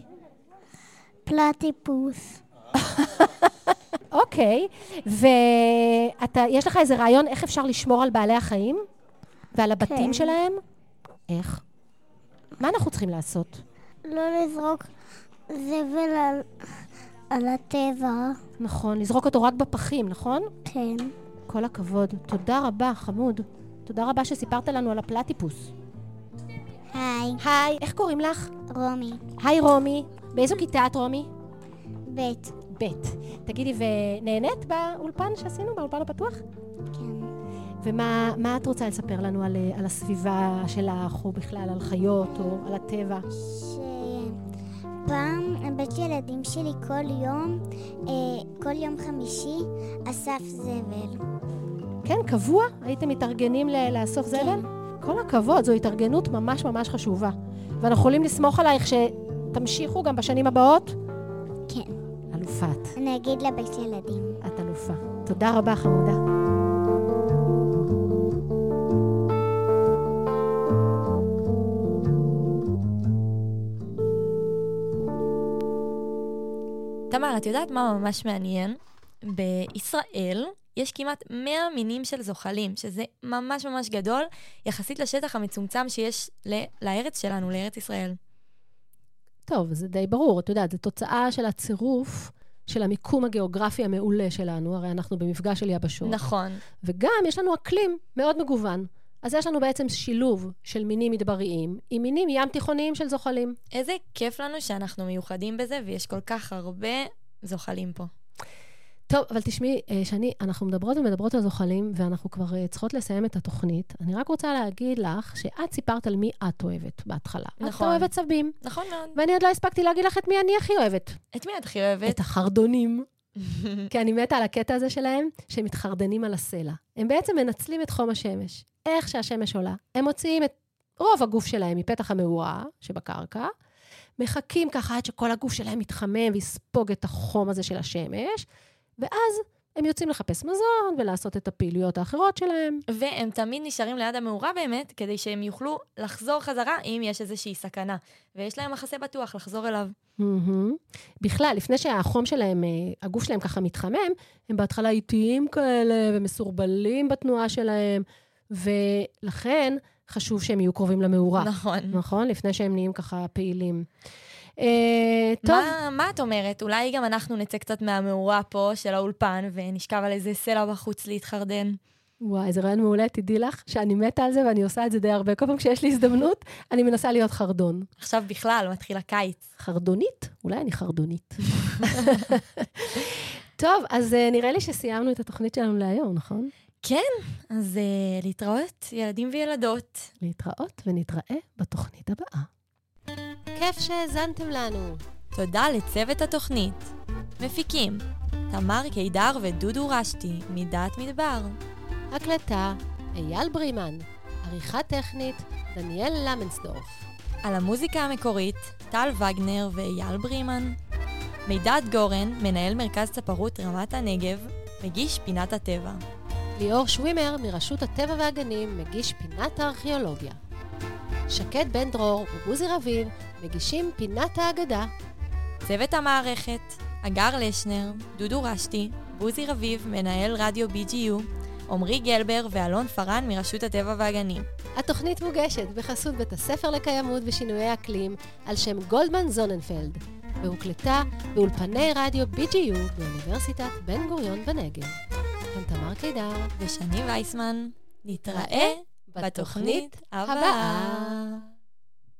פלטיפוס. אוקיי, ויש לך איזה רעיון איך אפשר לשמור על בעלי החיים? ועל הבתים שלהם? איך? מה אנחנו צריכים לעשות? לא לזרוק זבל על הטבע. נכון, לזרוק אותו רק בפחים, נכון? כן. כל הכבוד. תודה רבה, חמוד. תודה רבה שסיפרת לנו על הפלטיפוס. היי. היי, איך קוראים לך? רומי. היי רומי. באיזו כיתה את רומי? בית. בית. תגידי, ונהנית באולפן שעשינו, באולפן הפתוח? כן. ומה את רוצה לספר לנו על הסביבה שלך, או בכלל על חיות, או על הטבע? פעם הבית ילדים שלי כל יום חמישי אסף זבל. כן, קבוע? הייתם מתארגנים לאסוף זבל? כל הכבוד, זו התארגנות ממש ממש חשובה. ואנחנו יכולים לסמוך עלייך שתמשיכו גם בשנים הבאות? כן. אלופת. אני אגיד לבית ילדים. את אלופה. תודה רבה, חמודה. תמר, את יודעת מה ממש מעניין? בישראל יש כמעט 100 מינים של זוחלים, שזה ממש ממש גדול, יחסית לשטח המצומצם שיש לארץ שלנו, לארץ ישראל. טוב, זה די ברור, את יודעת, זו תוצאה של הצירוף של המיקום הגיאוגרפי המעולה שלנו, הרי אנחנו במפגש של יבשות. נכון. וגם יש לנו אקלים מאוד מגוון. אז יש לנו בעצם שילוב של מינים מדבריים, עם מינים ים תיכוניים של זוחלים. איזה כיף לנו שאנחנו מיוחדים בזה, ויש כל כך הרבה זוחלים פה. טוב, אבל תשמעי, שני, אנחנו מדברות ומדברות על זוחלים, ואנחנו כבר צריכות לסיים את התוכנית. אני רק רוצה להגיד לך שאת סיפרת על מי את אוהבת בהתחלה. נכון. את אוהבת סבים. נכון מאוד. ואני עוד לא הספקתי להגיד לך את מי אני הכי אוהבת. את מי את הכי אוהבת? את החרדונים. כי אני מתה על הקטע הזה שלהם, שהם מתחרדנים על הסלע. הם בעצם מנצלים את חום השמש. איך שהשמש עולה. הם מוציאים את רוב הגוף שלהם מפתח המאורה שבקרקע, מחכים ככה עד שכל הגוף שלהם מתחמם ויספוג את החום הזה של השמש, ואז הם יוצאים לחפש מזון ולעשות את הפעילויות האחרות שלהם. והם תמיד נשארים ליד המאורה באמת, כדי שהם יוכלו לחזור חזרה אם יש איזושהי סכנה. ויש להם מחסה בטוח לחזור אליו. בכלל, לפני שהחום שלהם, הגוף שלהם ככה מתחמם, הם בהתחלה איטיים כאלה ומסורבלים בתנועה שלהם, ולכן חשוב שהם יהיו קרובים למאורה. נכון. נכון? לפני שהם נהיים ככה פעילים. טוב. מה את אומרת? אולי גם אנחנו נצא קצת מהמאורה פה של האולפן, ונשכב על איזה סלע בחוץ להתחרדן. וואי, איזה רעיון מעולה, תדעי לך, שאני מתה על זה, ואני עושה את זה די הרבה. כל פעם כשיש לי הזדמנות, אני מנסה להיות חרדון. עכשיו בכלל, מתחיל הקיץ. חרדונית? אולי אני חרדונית. טוב, אז נראה לי שסיימנו את התוכנית שלנו להיום, נכון? כן, אז להתראות, ילדים וילדות. להתראות ונתראה בתוכנית הבאה. כיף שהזנתם לנו. תודה לצוות התוכנית. מפיקים, תמר קידר ודודו רשתי, מדעת מדבר. הקלטה, אייל ברימן. עריכה טכנית, דניאל למנסדורף. על המוזיקה המקורית, טל וגנר ואייל ברימן. מידעת גורן, מנהל מרכז צפרות רמת הנגב, מגיש פינת הטבע. ליאור שווימר מרשות הטבע והגנים מגיש פינת הארכיאולוגיה. שקד בן דרור ובוזי רביב מגישים פינת האגדה. צוות המערכת, אגר לשנר, דודו רשתי, בוזי רביב, מנהל רדיו BGU, עמרי גלבר ואלון פרן מרשות הטבע והגנים. התוכנית מוגשת בחסות בית הספר לקיימות ושינויי אקלים על שם גולדמן זוננפלד, והוקלטה באולפני רדיו BGU באוניברסיטת בן גוריון בנגב. כאן תמר קידר ושני וייסמן. נתראה בתוכנית הבאה.